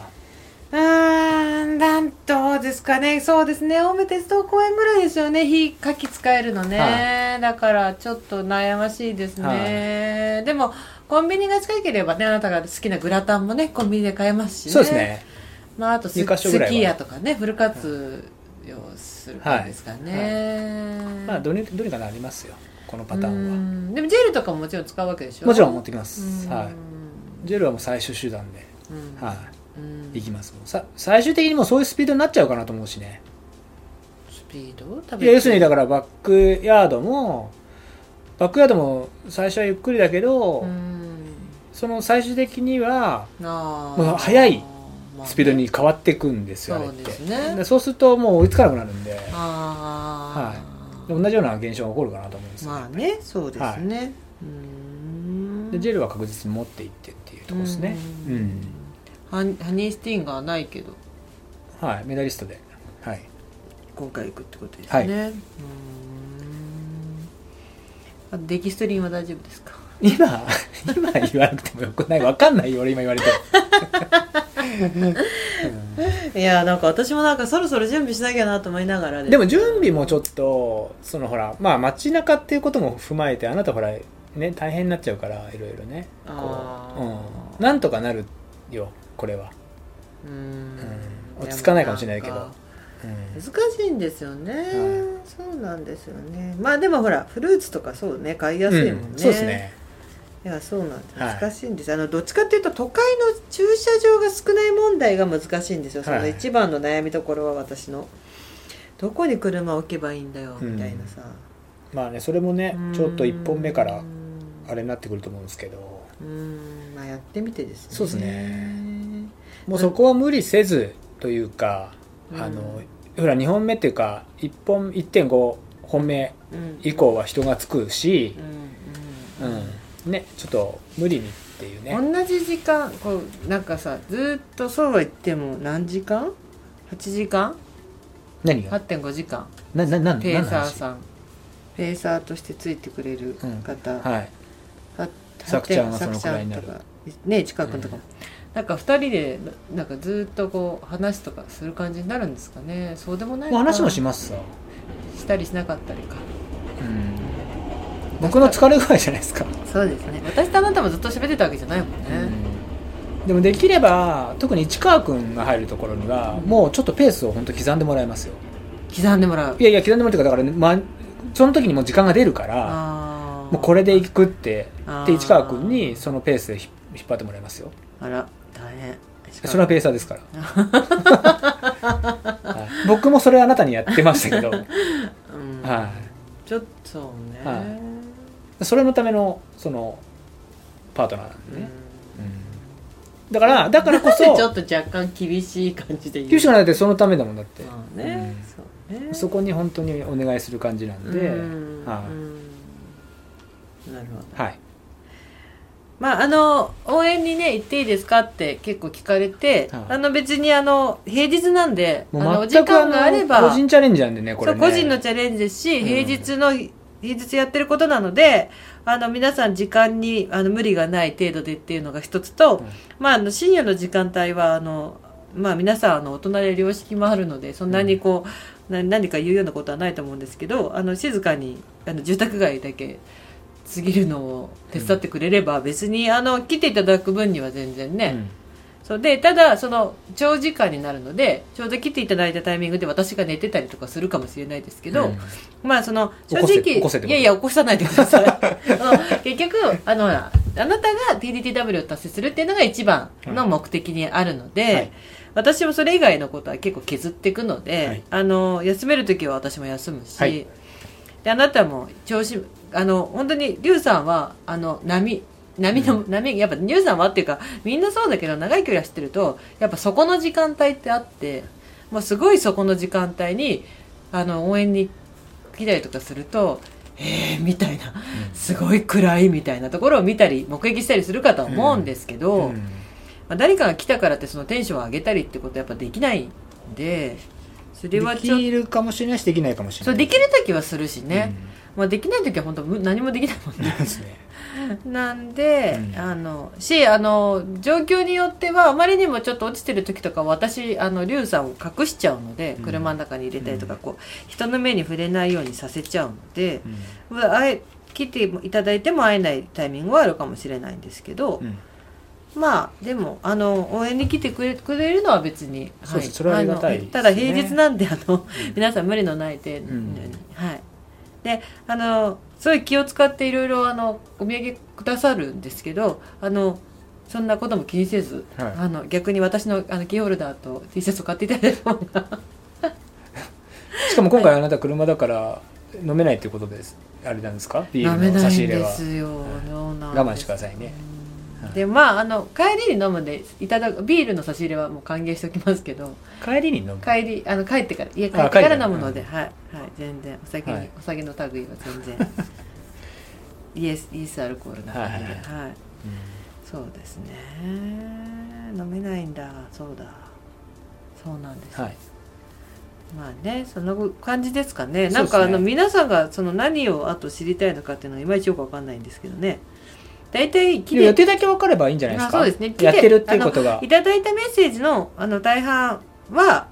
どうですかね。そうですね、青梅鉄道公園ぐらいですよね、火かき使えるのね、だからちょっと悩ましいですね、でもコンビニが近ければね、あなたが好きなグラタンもねコンビニで買えますしね。 そうですね。 あとすき家とかねフル活用する感じですかね、 どれかなありますよこのパターンは。 でもジェルとかももちろん使うわけでしょ。 もちろん持ってきます、ジェルはもう最終手段で、行きます。最終的にもうそういうスピードになっちゃうかなと思うしね。 スピードいや要するにだからバックヤードも最初はゆっくりだけど、その最終的にはもう速いスピードに変わっていくんですよ、あれって。そうですね。でそうするともう追いつかなくなるんで、はい、同じような現象が起こるかなと思うんですよ。 まあね、そうですね、はい、 でジェルは確実に持っていってっていうところですね。 ハニースティンガーないけど、 はい、メダリストで、はい、 今回行くってことですね。はい、デキストリンは大丈夫ですか？ 今言わなくてもよくない？分かんないよ俺今言われていやなんか私もなんかそろそろ準備しなきゃなと思いながらでも準備もちょっとそのほらまあ街中っていうことも踏まえてあなたほらね大変になっちゃうからいろいろねなんとかなるよこれは。落ち着かないかもしれないけど難しいんですよね、そうなんですよね。まあでもほらフルーツとかそうね買いやすいもんね、 そうですね。 いやそうなんです、難しいんです。どっちかっていうと都会の駐車場が少ない問題が難しいんですよ。その一番の悩みどころは私のどこに車を置けばいいんだよみたいなさ、 まあねそれもねちょっと1本目からあれになってくると思うんですけど、 まあやってみてですね。 そうですね。もうそこは無理せずというかほら2本目っていうか1.5 本目以降は人がつくし、ね、ちょっと無理にっていうね。 同じ時間こうなんかさずっとそうは言っても何時間 ?8 時間何が 8.5 時間ペーサーさんペーサーとしてついてくれる方、 はいさくちゃんがそのくらいになるね近くのとかも、なんか2人でなんかずっとこう話とかする感じになるんですかね。そうでもないか。 話もしますさしたりしなかったりか。 僕の疲れ具合じゃないですか。 そうですね。私とあなたもずっと喋ってたわけじゃないもんね。 でもできれば特に市川くんが入るところにはもうちょっとペースを本当刻んでもらいますよ。 刻んでもらう。 いや刻んでもらうっていうかだから、ねその時にもう時間が出るからもうこれで行くってで市川くんにそのペースで引っ張ってもらいますよ。 あら大変。 それはペーサーですから、僕もそれあなたにやってましたけど、 ちょっとね、 それのためのそのパートナーなんでね、だからこそちょっと若干厳しい感じで言う。 厳しくないってそのためだもんだって、 そこに本当にお願いする感じなんで、 なるほど。 はい。 まあ応援にね行っていいですかって結構聞かれて、別に平日なんでお時間があれば個人チャレンジなんでねこれね。 そう個人のチャレンジですし、平日やってることなので皆さん時間に無理がない程度でっていうのが一つと、まあ深夜の時間帯はまあ皆さん大人で良識もあるのでそんなにこう、何か言うようなことはないと思うんですけど静かに住宅街だけ過ぎるのを手伝ってくれれば別に来ていただく分には全然ね、そうでただその長時間になるのでちょうど来ていただいたタイミングで私が寝てたりとかするかもしれないですけど、まあその正直いやいや起こさないでください結局あなたが TDTW を達成するっていうのが一番の目的にあるので、私もそれ以外のことは結構削っていくので、休める時は私も休むし、であなたも調子本当にリュウさんは波やっぱリュウさんはっていうかみんなそうだけど長い距離走ってるとやっぱそこの時間帯ってあってもうすごいそこの時間帯に応援に来たりとかするとみたいなすごい暗いみたいなところを見たり目撃したりするかとは思うんですけど、誰かが来たからってそのテンションを上げたりってことはやっぱできないんでそれはちょっとできるかもしれないしできないかもしれない。 そうできる時はするしね、まあ、できない時は本当何もできないもんねなんで、状況によってはあまりにもちょっと落ちてる時とか私リュウさんを隠しちゃうので、車の中に入れたりとかこう人の目に触れないようにさせちゃうので、来ていただいても会えないタイミングはあるかもしれないんですけど、まあでも応援に来てくれるのは別に、 それはありがたいですね。 ただ平日なんで皆さん無理のない程度に、ですごい気を使っていろいろお土産くださるんですけどそんなことも気にせず、逆に私のキーホルダーと T シャツを買っていただいた方がしかかも今回あなた車だから飲めないっていうことです、あれなんですか、ビールの差し入れは。 飲めないんですよ、 我慢してくださいね。 でまあ帰りに飲むんでビールの差し入れはもう歓迎しておきますけど、 帰りに飲む、 帰ってから家帰ってから飲むので、はい、はい、全然お酒の類は全然イエスアルコールな感じで、はい、そうですね、飲めないんだ、そうなんです、はい、まあね、その感じですかね。なんか皆さんがその何をあと知りたいのかっていうのはいまいちよく分かんないんですけどね。大体予定だけ分かればいいんじゃないですか。そうですね。やってるっていうことがいただいたメッセージの大半は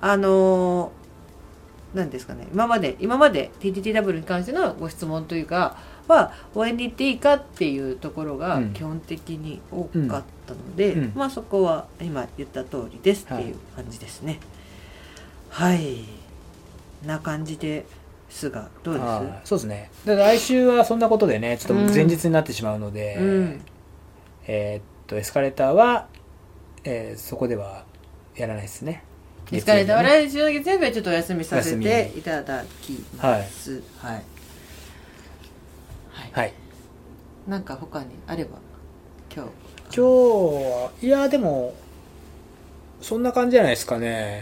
何ですかね。今まで TTTW に関してのご質問というかは応援に行っていいかっていうところが基本的に多かったので、まあそこは今言った通りですっていう感じですね。はい。な感じですがどうです？ そうですね。来週はそんなことでね、ちょっと前日になってしまうので、エスカレーターは、そこではやらないですね。 エスカレーターは来週の月曜日はちょっとお休みさせていただきます。はい。はい。なんか他にあれば今日はいやでもそんな感じじゃないですかね。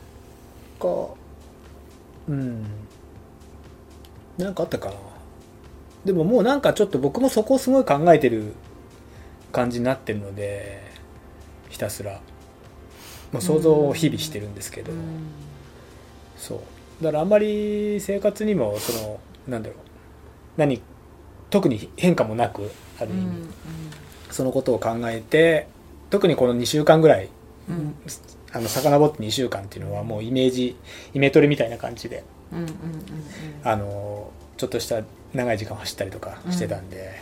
なんかあったかな。でももうなんかちょっと僕もそこをすごい考えてる感じになってるので、ひたすらもう想像を日々してるんですけど、そうだからあんまり生活にもなんだろう、特に変化もなく、ある意味、そのことを考えて、特にこの2週間ぐらい、遡って2週間っていうのはもうイメトレみたいな感じで、ちょっとした長い時間走ったりとかしてたんで、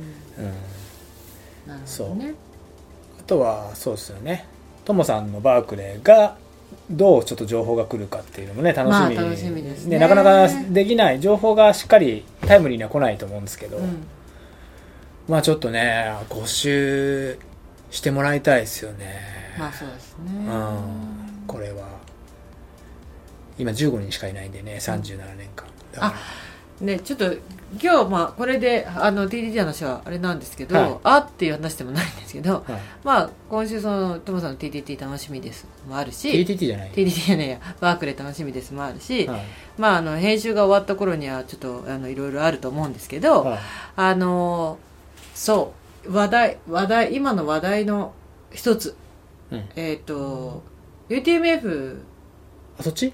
そう。あとはそうですよね。トモさんのバークレーがどうちょっと情報が来るかっていうのもね、楽しみですね。なかなかできない情報がしっかりタイムリーには来ないと思うんですけど、まあちょっとね、5周してもらいたいですよね。 まあそうですね。 これは今15人しかいないんでね、37年間。 ね、ちょっと今日これでTTT の話はあれなんですけど、っていう話でもないんですけど、まあ今週そのトモさんの TTT 楽しみですもあるし、 TTT じゃない TTT じゃないや、バークレー楽しみですもあるし、まあ編集が終わった頃にはちょっといろいろあると思うんですけど、そう話題今の話題の一つ、UTMF、 そっち？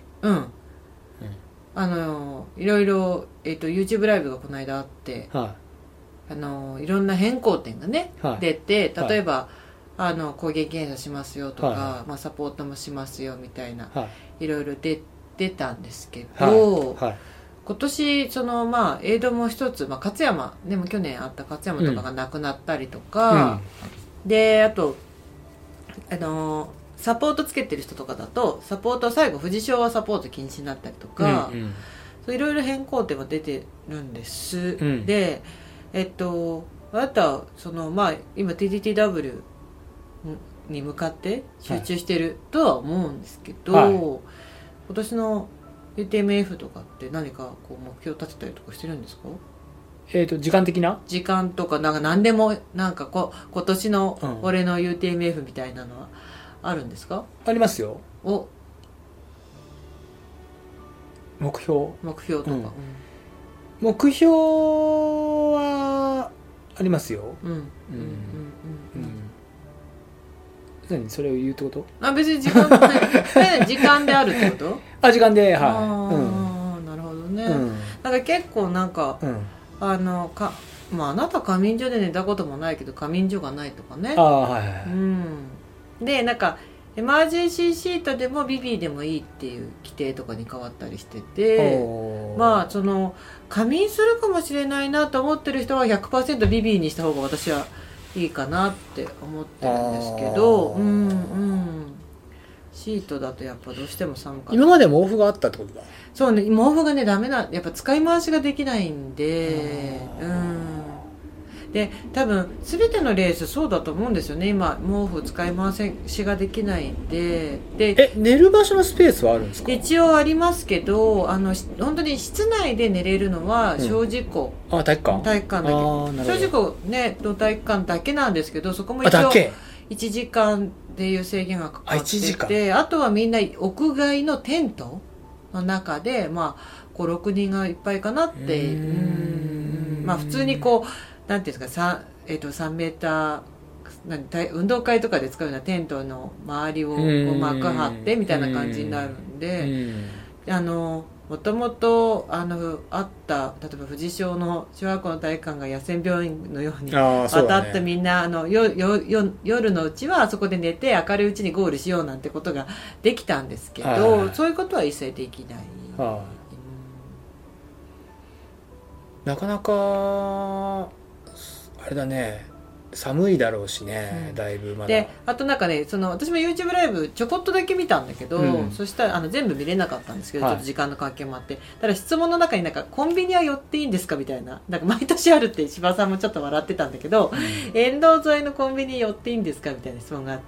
いろいろ、YouTube ライブがこの間あって、いろんな変更点がね、出て、例えば、抗原検査しますよとか、サポートもしますよみたいな、いろいろ出たんですけど、今年エイドも一つ、勝山でも去年あった勝山とかがなくなったりとか、であとサポートつけてる人とかだとサポート最後富士小はサポート禁止になったりとか、いろいろ変更点が出てるんです、であとは今 TTTW に向かって集中してるとは思うんですけど、今年の UTMF とかって何かこう目標立てたりとかしてるんですか？ 時間的な？ 時間とか何でも今年の俺の UTMF みたいなのはあるんですか？ ありますよ。目標とか、目標はありますよ。何それを言うってこと？ 別に時間であるってこと？ 時間で、 なるほどね。なんか結構あなた仮眠所で寝たこともないけど仮眠所がないとかね。でエマージェンシーシートでもビビーでもいいっていう規定とかに変わったりしてて、仮眠するかもしれないなと思ってる人は 100% ビビーにした方が私はいいかなって思ってるんですけど、シートだとやっぱどうしても寒かった。 今まで毛布があったってことだ。 そうね、毛布がねダメな、やっぱ使い回しができないんで、 で多分全てのレースそうだと思うんですよね。今毛布使い回しができないんで、 寝る場所のスペースはあるんですか？ 一応ありますけど、本当に室内で寝れるのは小事故、 体育館だけ。小事故ねの体育館だけなんですけど、そこも一応1時間っていう制限がかかってて、あとはみんな屋外のテントの中でまあ5、6人がいっぱいかなって。まあ普通にこうなんていうんですか、3メーター運動会とかで使うようなテントの周りをこう幕張ってみたいな感じになるんで、もともとあった例えば藤小の小学校の体育館が野戦病院のように渡ってみんな夜のうちはあそこで寝て明るいうちにゴールしようなんてことができたんですけど、そういうことは一切できない。 なかなかあれだね、寒いだろうしね、だいぶまだ。 であとなんかね、私も YouTube ライブちょこっとだけ見たんだけど、そしたら全部見れなかったんですけど、ちょっと時間の関係もあって、ただ質問の中になんかコンビニは寄っていいんですかみたいな、なんか毎年あるって柴さんもちょっと笑ってたんだけど、沿道沿いのコンビニ寄っていいんですかみたいな質問があって、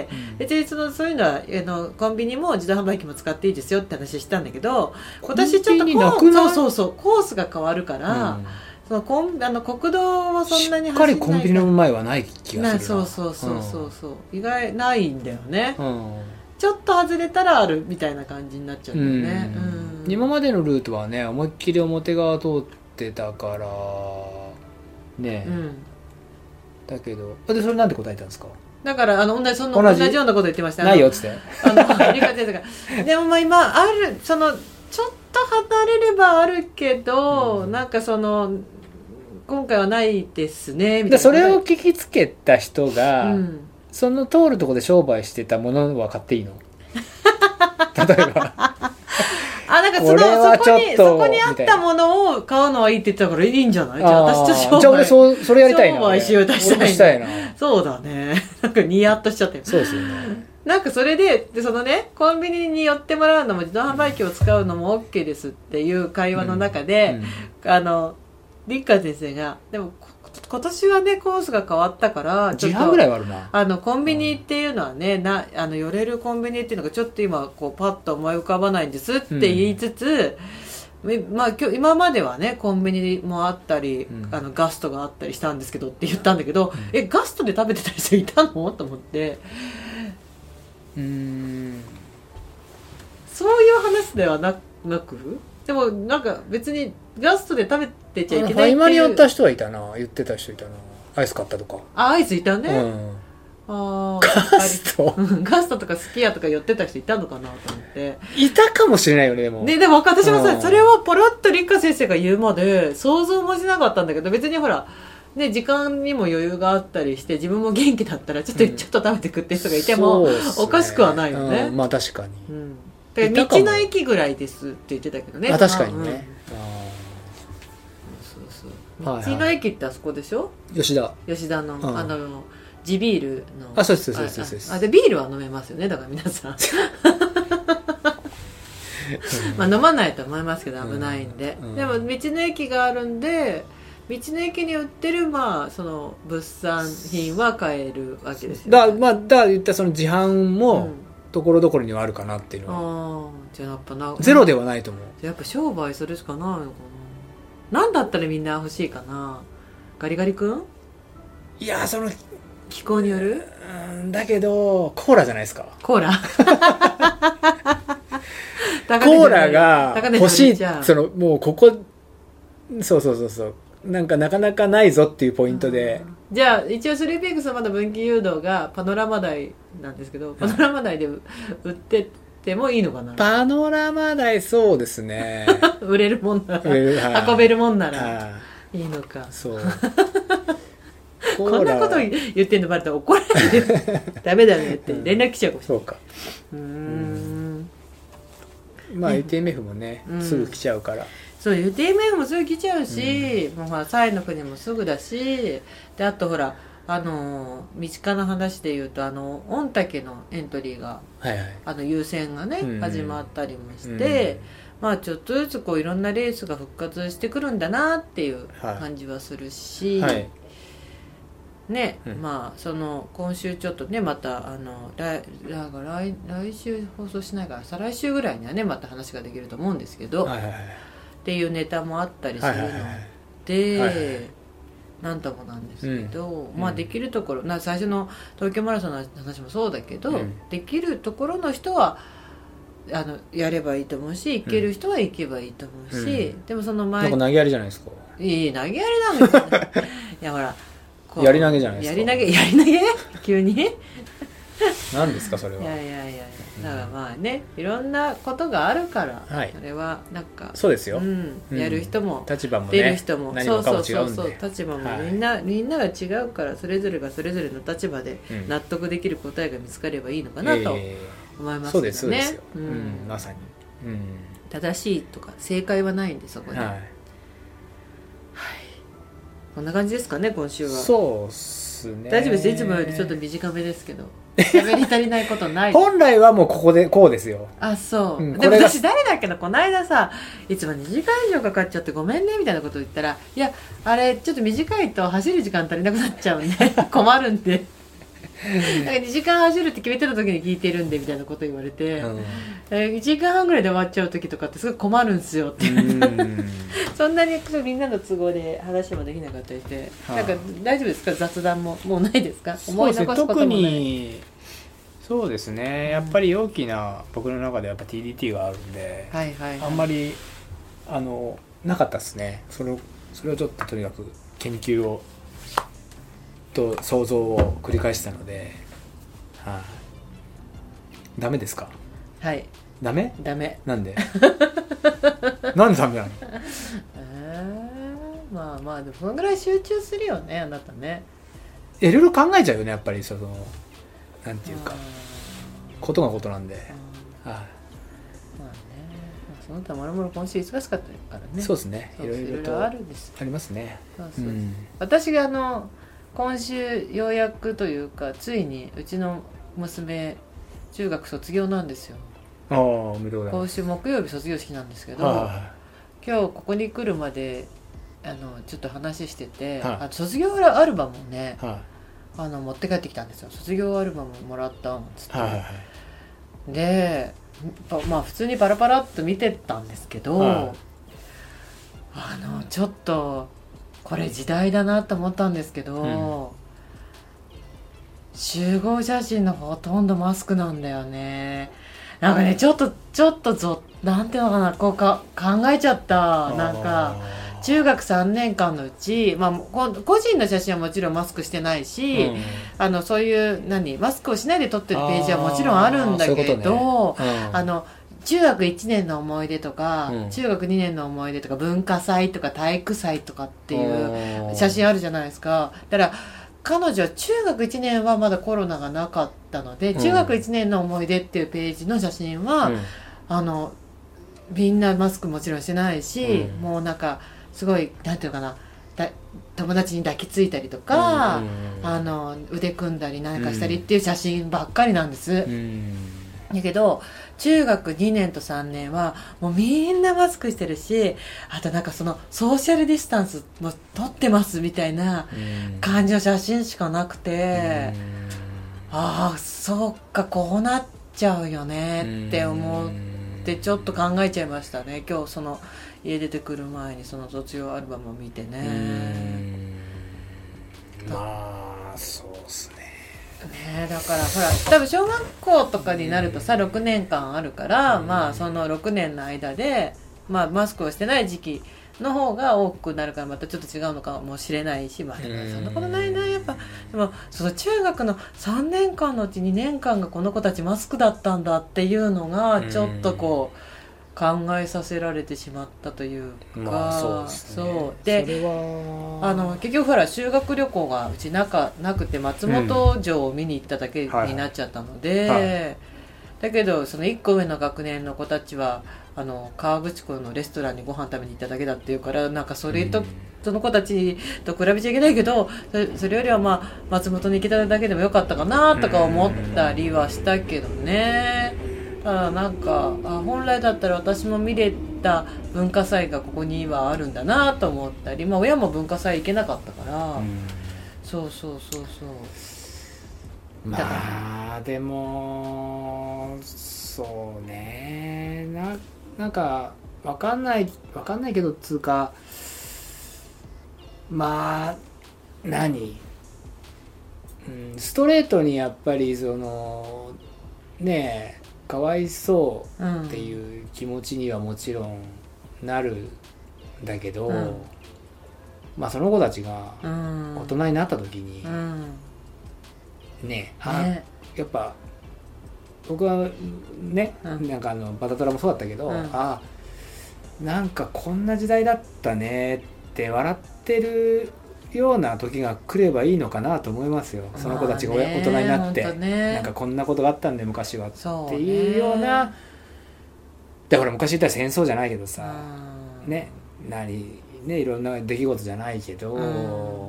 別にそういうのはコンビニも自動販売機も使っていいですよって話したんだけど、今年ちょっとコースが変わるから、国道はそんなに走らない、しっかりコンビニの前はない気がするな。 そう意外ないんだよね、ちょっと外れたらあるみたいな感じになっちゃうんだよね。 今までのルートはね、思いっきり表側通ってたからね、だけどでそれなんて答えたんですか？ だから同じようなこと言ってました。 ないよっつって理科先生がでもまあ今あるちょっと離れればあるけど、なんか今回はないですねみたいな。 それを聞きつけた人が、その通るところで商売してたものは買っていいの？例えばなんかそこにあったものを買うのはいいって言ってたからいいんじゃない？じゃあ私とじゃあ俺それやりたいな。 商売しようとしたいな。 そうだね。なんかニヤッとしちゃってる。 そうですよね。 なんかそれでコンビニに寄ってもらうのも自動販売機を使うのも OK ですっていう会話の中で、リッカー先生がでも今年はねコースが変わったからちょっと半ぐらいはあるな。 コンビニっていうのはね、寄れるコンビニっていうのがちょっと今こうパッと思い浮かばないんですって言いつつ、今まではねコンビニもあったり、ガストがあったりしたんですけどって言ったんだけど、ガストで食べてた人いたのと思って、そういう話ではなく、でもなんか別にガストで食べてちゃいけないっていう。ファイマに寄った人はいたな、言ってた人いたな。アイス買ったとか。 アイスいたね。 ガストとかスキヤとか寄ってた人いたのかなと思って。 いたかもしれないよね、でも。 でも私もさ、それをポロッとリッカ先生が言うまで想像もしなかったんだけど、別にほら、ね、時間にも余裕があったりして自分も元気だったらちょっと食べてくって人がいても、おかしくはないよね。 まあ確かに。 だから道の駅ぐらいですって言ってたけどね。 確かにね。 道の駅ってあそこでしょ？吉田の地ビールの。 そうですでビールは飲めますよね、だから皆さん。飲まないと思いますけど危ないんで。でも道の駅があるんで。道の駅に売ってるその物産品は買えるわけですよ、ね。 だ言ったその自販もところどころにはあるかなっていうのは。 じゃあやっぱゼロではないと思う。 やっぱ商売するしかないのかな。なんだったらみんな欲しいかな。ガリガリ君？ いや気候による？ だけどコーラじゃないですか。 コーラ。 コーラが欲しい。もうここそうなんかなかなかないぞっていうポイントで、 じゃあ一応スリーピークスはまだ分岐誘導がパノラマ台なんですけど、パノラマ台で売っててもいいのかな。 パノラマ台そうですね。 売れるもんなら運べるもんならいいのか。 そうこんなこと言ってんのバレたら怒られる。ダメだねって連絡来ちゃうかもしれない。 そうか。UTMF もね、すぐ来ちゃうから。 そう UTMF もすぐ来ちゃうし、もうほらサイの国もすぐだし、であとほら身近な話で言うと御嶽のエントリーが、優先がね、始まったりもして、ちょっとずついろんなレースが復活してくるんだなっていう感じはするし、 ね、まあその今週ちょっとねまた来週放送しないから再来週ぐらいにはねまた話ができると思うんですけど、っていうネタもあったりするので、なんともなんですけど、まあできるところ最初の東京マラソンの話もそうだけど、できるところの人はやればいいと思うし、行ける人は行けばいいと思うし、でもその前なんか投げやりじゃないですか。 いい投げやりなんですよねいやほらやり投げじゃないですか。 やり投げ急に何ですかそれは。 いやだからまあねいろんなことがあるから、それはなんかそうですよ、 やる人も立場も出る人も何もかも違うんで、 立場もみんなが違うからそれぞれがそれぞれの立場で納得できる答えが見つかればいいのかなと思いますけどね。 そうですそうですよ、まさに、 正しいとか正解はないんでそこで、こんな感じですかね今週は。 そうっすね。 大丈夫です。いつもよりちょっと短めですけど喋り足りないことない本来はもうこうですよ。 あ、そう、でも私誰だっけなこの間さいつも2時間以上かかっちゃってごめんねみたいなこと言ったら、いやあれちょっと短いと走る時間足りなくなっちゃうんで困るんでなんか2時間走るって決めてた時に聞いてるんでみたいなこと言われて、1時間半ぐらいで終わっちゃう時とかってすごい困るんですよってそんなにみんなの都合で話もできなかったりして、なんか大丈夫ですか雑談ももうないですか。思い残すこともない。 特にそうですね、やっぱり大きな僕の中ではやっぱ TDT があるんで、あんまりなかったですね。それをちょっととにかく研究をと想像を繰り返したので、ダメですか。ダメなんでなんでダメなのまあまあでもそのぐらい集中するよねあなたね。 いろいろ考えちゃうよねやっぱりなんていうかことがことなんで、 まあね、その他もろもろ今週忙しかったからね。 そうですね、いろいろとありますね。 私が今週ようやくというかついにうちの娘中学卒業なんですよ。 おめでとうございます。 今週木曜日卒業式なんですけど、今日ここに来るまでちょっと話してて、卒業アルバムをね、持って帰ってきたんですよ。卒業アルバムもらったんつって、でまあ普通にパラパラっと見てたんですけど、ちょっとこれ時代だなと思ったんですけど、集合写真のほとんどマスクなんだよね。なんかねちょっとなんていうのかな考えちゃった。なんか中学3年間のうち、まあ、個人の写真はもちろんマスクしてないし、そういうマスクをしないで撮ってるページはもちろんあるんだけど、中学1年の思い出とか、中学2年の思い出とか文化祭とか体育祭とかっていう写真あるじゃないですか。だから彼女は中学1年はまだコロナがなかったので、中学1年の思い出っていうページの写真は、みんなマスクもちろんしてないし、もうなんかすごいなんていうかな、友達に抱きついたりとか、腕組んだり何かしたりっていう写真ばっかりなんです。だけど中学2年と3年はもうみんなマスクしてるし、あとなんかそのソーシャルディスタンスも取ってますみたいな感じの写真しかなくて、ああそうかこうなっちゃうよねって思ってちょっと考えちゃいましたね。今日その家出てくる前にその卒業アルバムを見てね。 まあそうっすね。 だからほら多分小学校とかになるとさ6年間あるから、まあその6年の間で、まあ、マスクをしてない時期の方が多くなるからまたちょっと違うのかもしれないし、まあ、そんなことないなやっぱ。でもその中学の3年間のうち2年間がこの子たちマスクだったんだっていうのがちょっとこう考えさせられてしまったというか、 そうですね。 そうで、結局ほら修学旅行がうちなくて松本城を見に行っただけになっちゃったので、だけどその1個上の学年の子たちは河口湖のレストランにご飯食べに行っただけだっていうから、なんかそれと、その子たちと比べちゃいけないけど、それよりはまあ松本に行けただけでもよかったかなとか思ったりはしたけどね。ただなんか本来だったら私も見れた文化祭がここにはあるんだなと思ったり、まあ、親も文化祭行けなかったから、 そうまあでもそうね、なんか分かんないけどつうか、まあストレートにやっぱりそのねえかわいそうっていう気持ちにはもちろんなるんだけど、まあその子たちが大人になった時に、やっぱ僕はね、なんかバタトラもそうだったけど、なんかこんな時代だったねって笑ってるような時が来ればいいのかなと思いますよ。その子たちが大人になって、なんかこんなことがあったんで昔はっていうような、だから昔言ったら戦争じゃないけどさ、ね、いろんな出来事じゃないけど、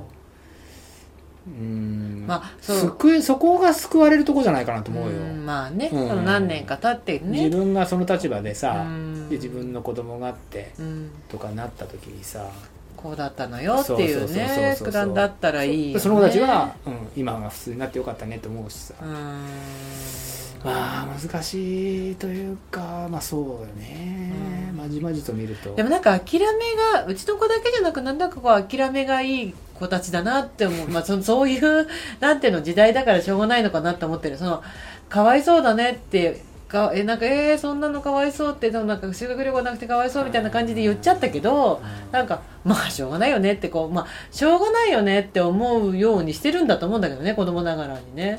そこが救われるとこじゃないかなと思うよ。 まあね、その何年か経ってね、 自分がその立場でさ、自分の子供があってとかなった時にさ、 こうだったのよっていうね、くだんだったらいいよね。 その子たちは、今が普通になってよかったねって思うしさ、まあ難しいというか、まあそうよね、まじまじと見ると。 でもなんか諦めが、うちの子だけじゃなく、なんだかこう諦めがいい子たちだなって思う。まあそういうなんていうの時代だからしょうがないのかなって思ってる。そのかわいそうだねってなんかそんなのかわいそうって、でもなんか修学旅行なくてかわいそうみたいな感じで言っちゃったけど、なんかまあしょうがないよねってこう、まあしょうがないよねって思うようにしてるんだと思うんだけどね、子供ながらにね。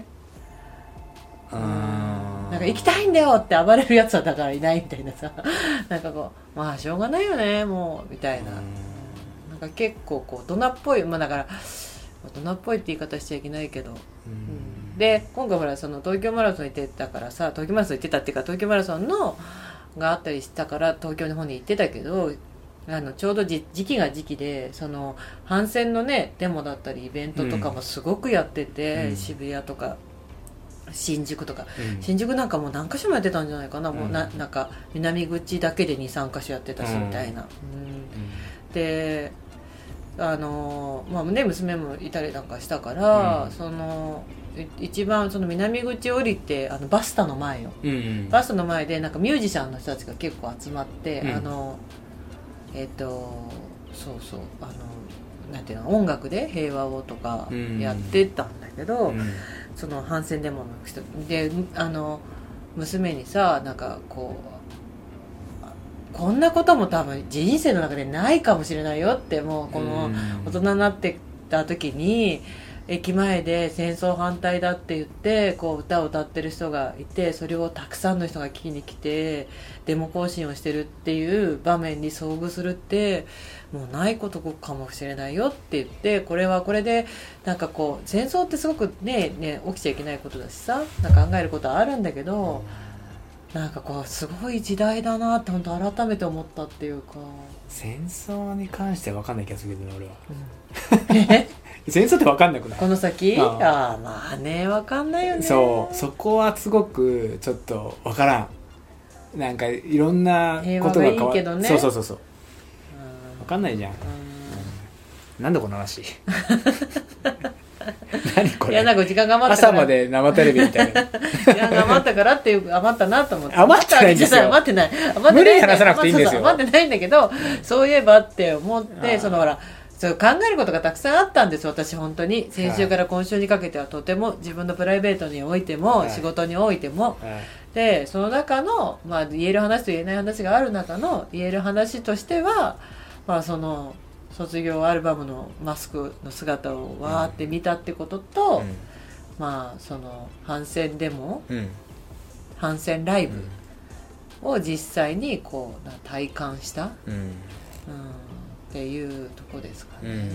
なんか行きたいんだよって暴れるやつはだからいないみたいなさ、なんかこうまあしょうがないよねもうみたいな、なんか結構こう大人っぽい、まあだから大人っぽいって言い方しちゃいけないけど、で今回ほらその東京マラソン行ってたからさ、東京マラソン行ってたっていうか東京マラソンのがあったりしたから東京の方に行ってたけど、ちょうど時期が時期で、その反戦のねデモだったりイベントとかもすごくやってて、渋谷とか新宿とか、新宿なんかもう何か所もやってたんじゃないかな、もうなんか南口だけで 2,3 か所やってたしみたいな、でまあね、娘もいたりなんかしたから、その一番その南口降りてバスタの前よ、バスタの前でなんかミュージシャンの人たちが結構集まって、そうなんていうの、音楽で平和をとかやってたんだけど、その反戦デモの人で娘にさ、なんかこんなことも多分人生の中でないかもしれないよって、もうこの大人になってた時に駅前で戦争反対だって言ってこう歌を歌ってる人がいて、それをたくさんの人が聞きに来てデモ行進をしてるっていう場面に遭遇するってもうないことかもしれないよって言って、これはこれでなんかこう戦争ってすごくね起きちゃいけないことだしさ、なんか考えることはあるんだけど、なんかこうすごい時代だなって本当改めて思ったっていうか。 戦争に関しては分かんない気がするけどね俺は、戦争って分かんなくない？ この先？まあね、分かんないよね。 そこはすごくちょっと分からん。なんかいろんなことが変わる。平和がいいけどね。そう分かんないじゃん。なんでこの話何これ。 いやなんか時間が余ったから朝まで生テレビみたいな。いや余ったからっていう余ったなと思って。 余ってないんですよ。 余ってない。 無理に話さなくていいんですよ。 余ってないんだけど、そういえばって思って、そのほらそう考えることがたくさんあったんです私本当に。先週から今週にかけてはとても自分のプライベートにおいても、仕事においても、でその中の、まあ、言える話と言えない話がある中の言える話としては、まあ、その卒業アルバムのマスクの姿をわーって見たってことと、まあその反戦デモ、反戦ライブを実際にこう体感した、っていうとこですかね。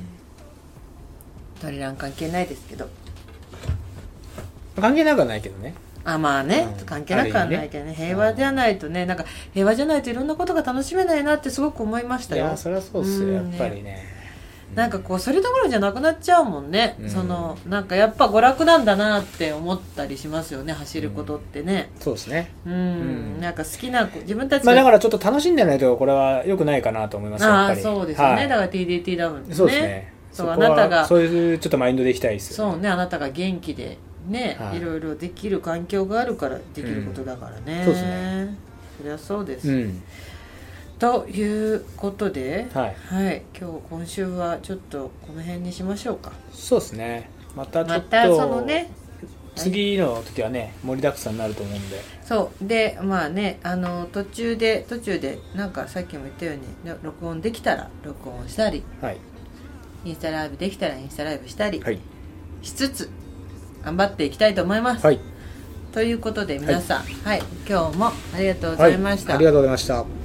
トリラン関係ないですけど。 関係なくはないけどね。 まあね、関係なくはないけどね、平和じゃないとね、なんか平和じゃないといろんなことが楽しめないなってすごく思いましたよ。 いやそれはそうっすよ、やっぱりね。 なんかこうそれどころじゃなくなっちゃうもんね、そのなんかやっぱ娯楽なんだなって思ったりしますよね、走ることってね。 そうですね。 なんか好きな自分たちが、だからちょっと楽しんでないとこれは良くないかなと思いますよ、やっぱり。 そうですよね、だから TDT ダウンね。 そうですね。 そうあなたがそういうちょっとマインドでいきたいですよね。 そうね、あなたが元気でね、 はい、 いろいろできる環境があるからできることだからね、 そうですね。 そりゃそうです、ということで、今週はちょっとこの辺にしましょうか。 そうですね。またちょっとまたそのね次の時はね盛りだくさんになると思うんで、 そうでまあね途中でなんかさっきも言ったように録音できたら録音したり、インスタライブできたらインスタライブしたりしつつ頑張っていきたいと思います、ということで皆さん、今日もありがとうございました、 ありがとうございました。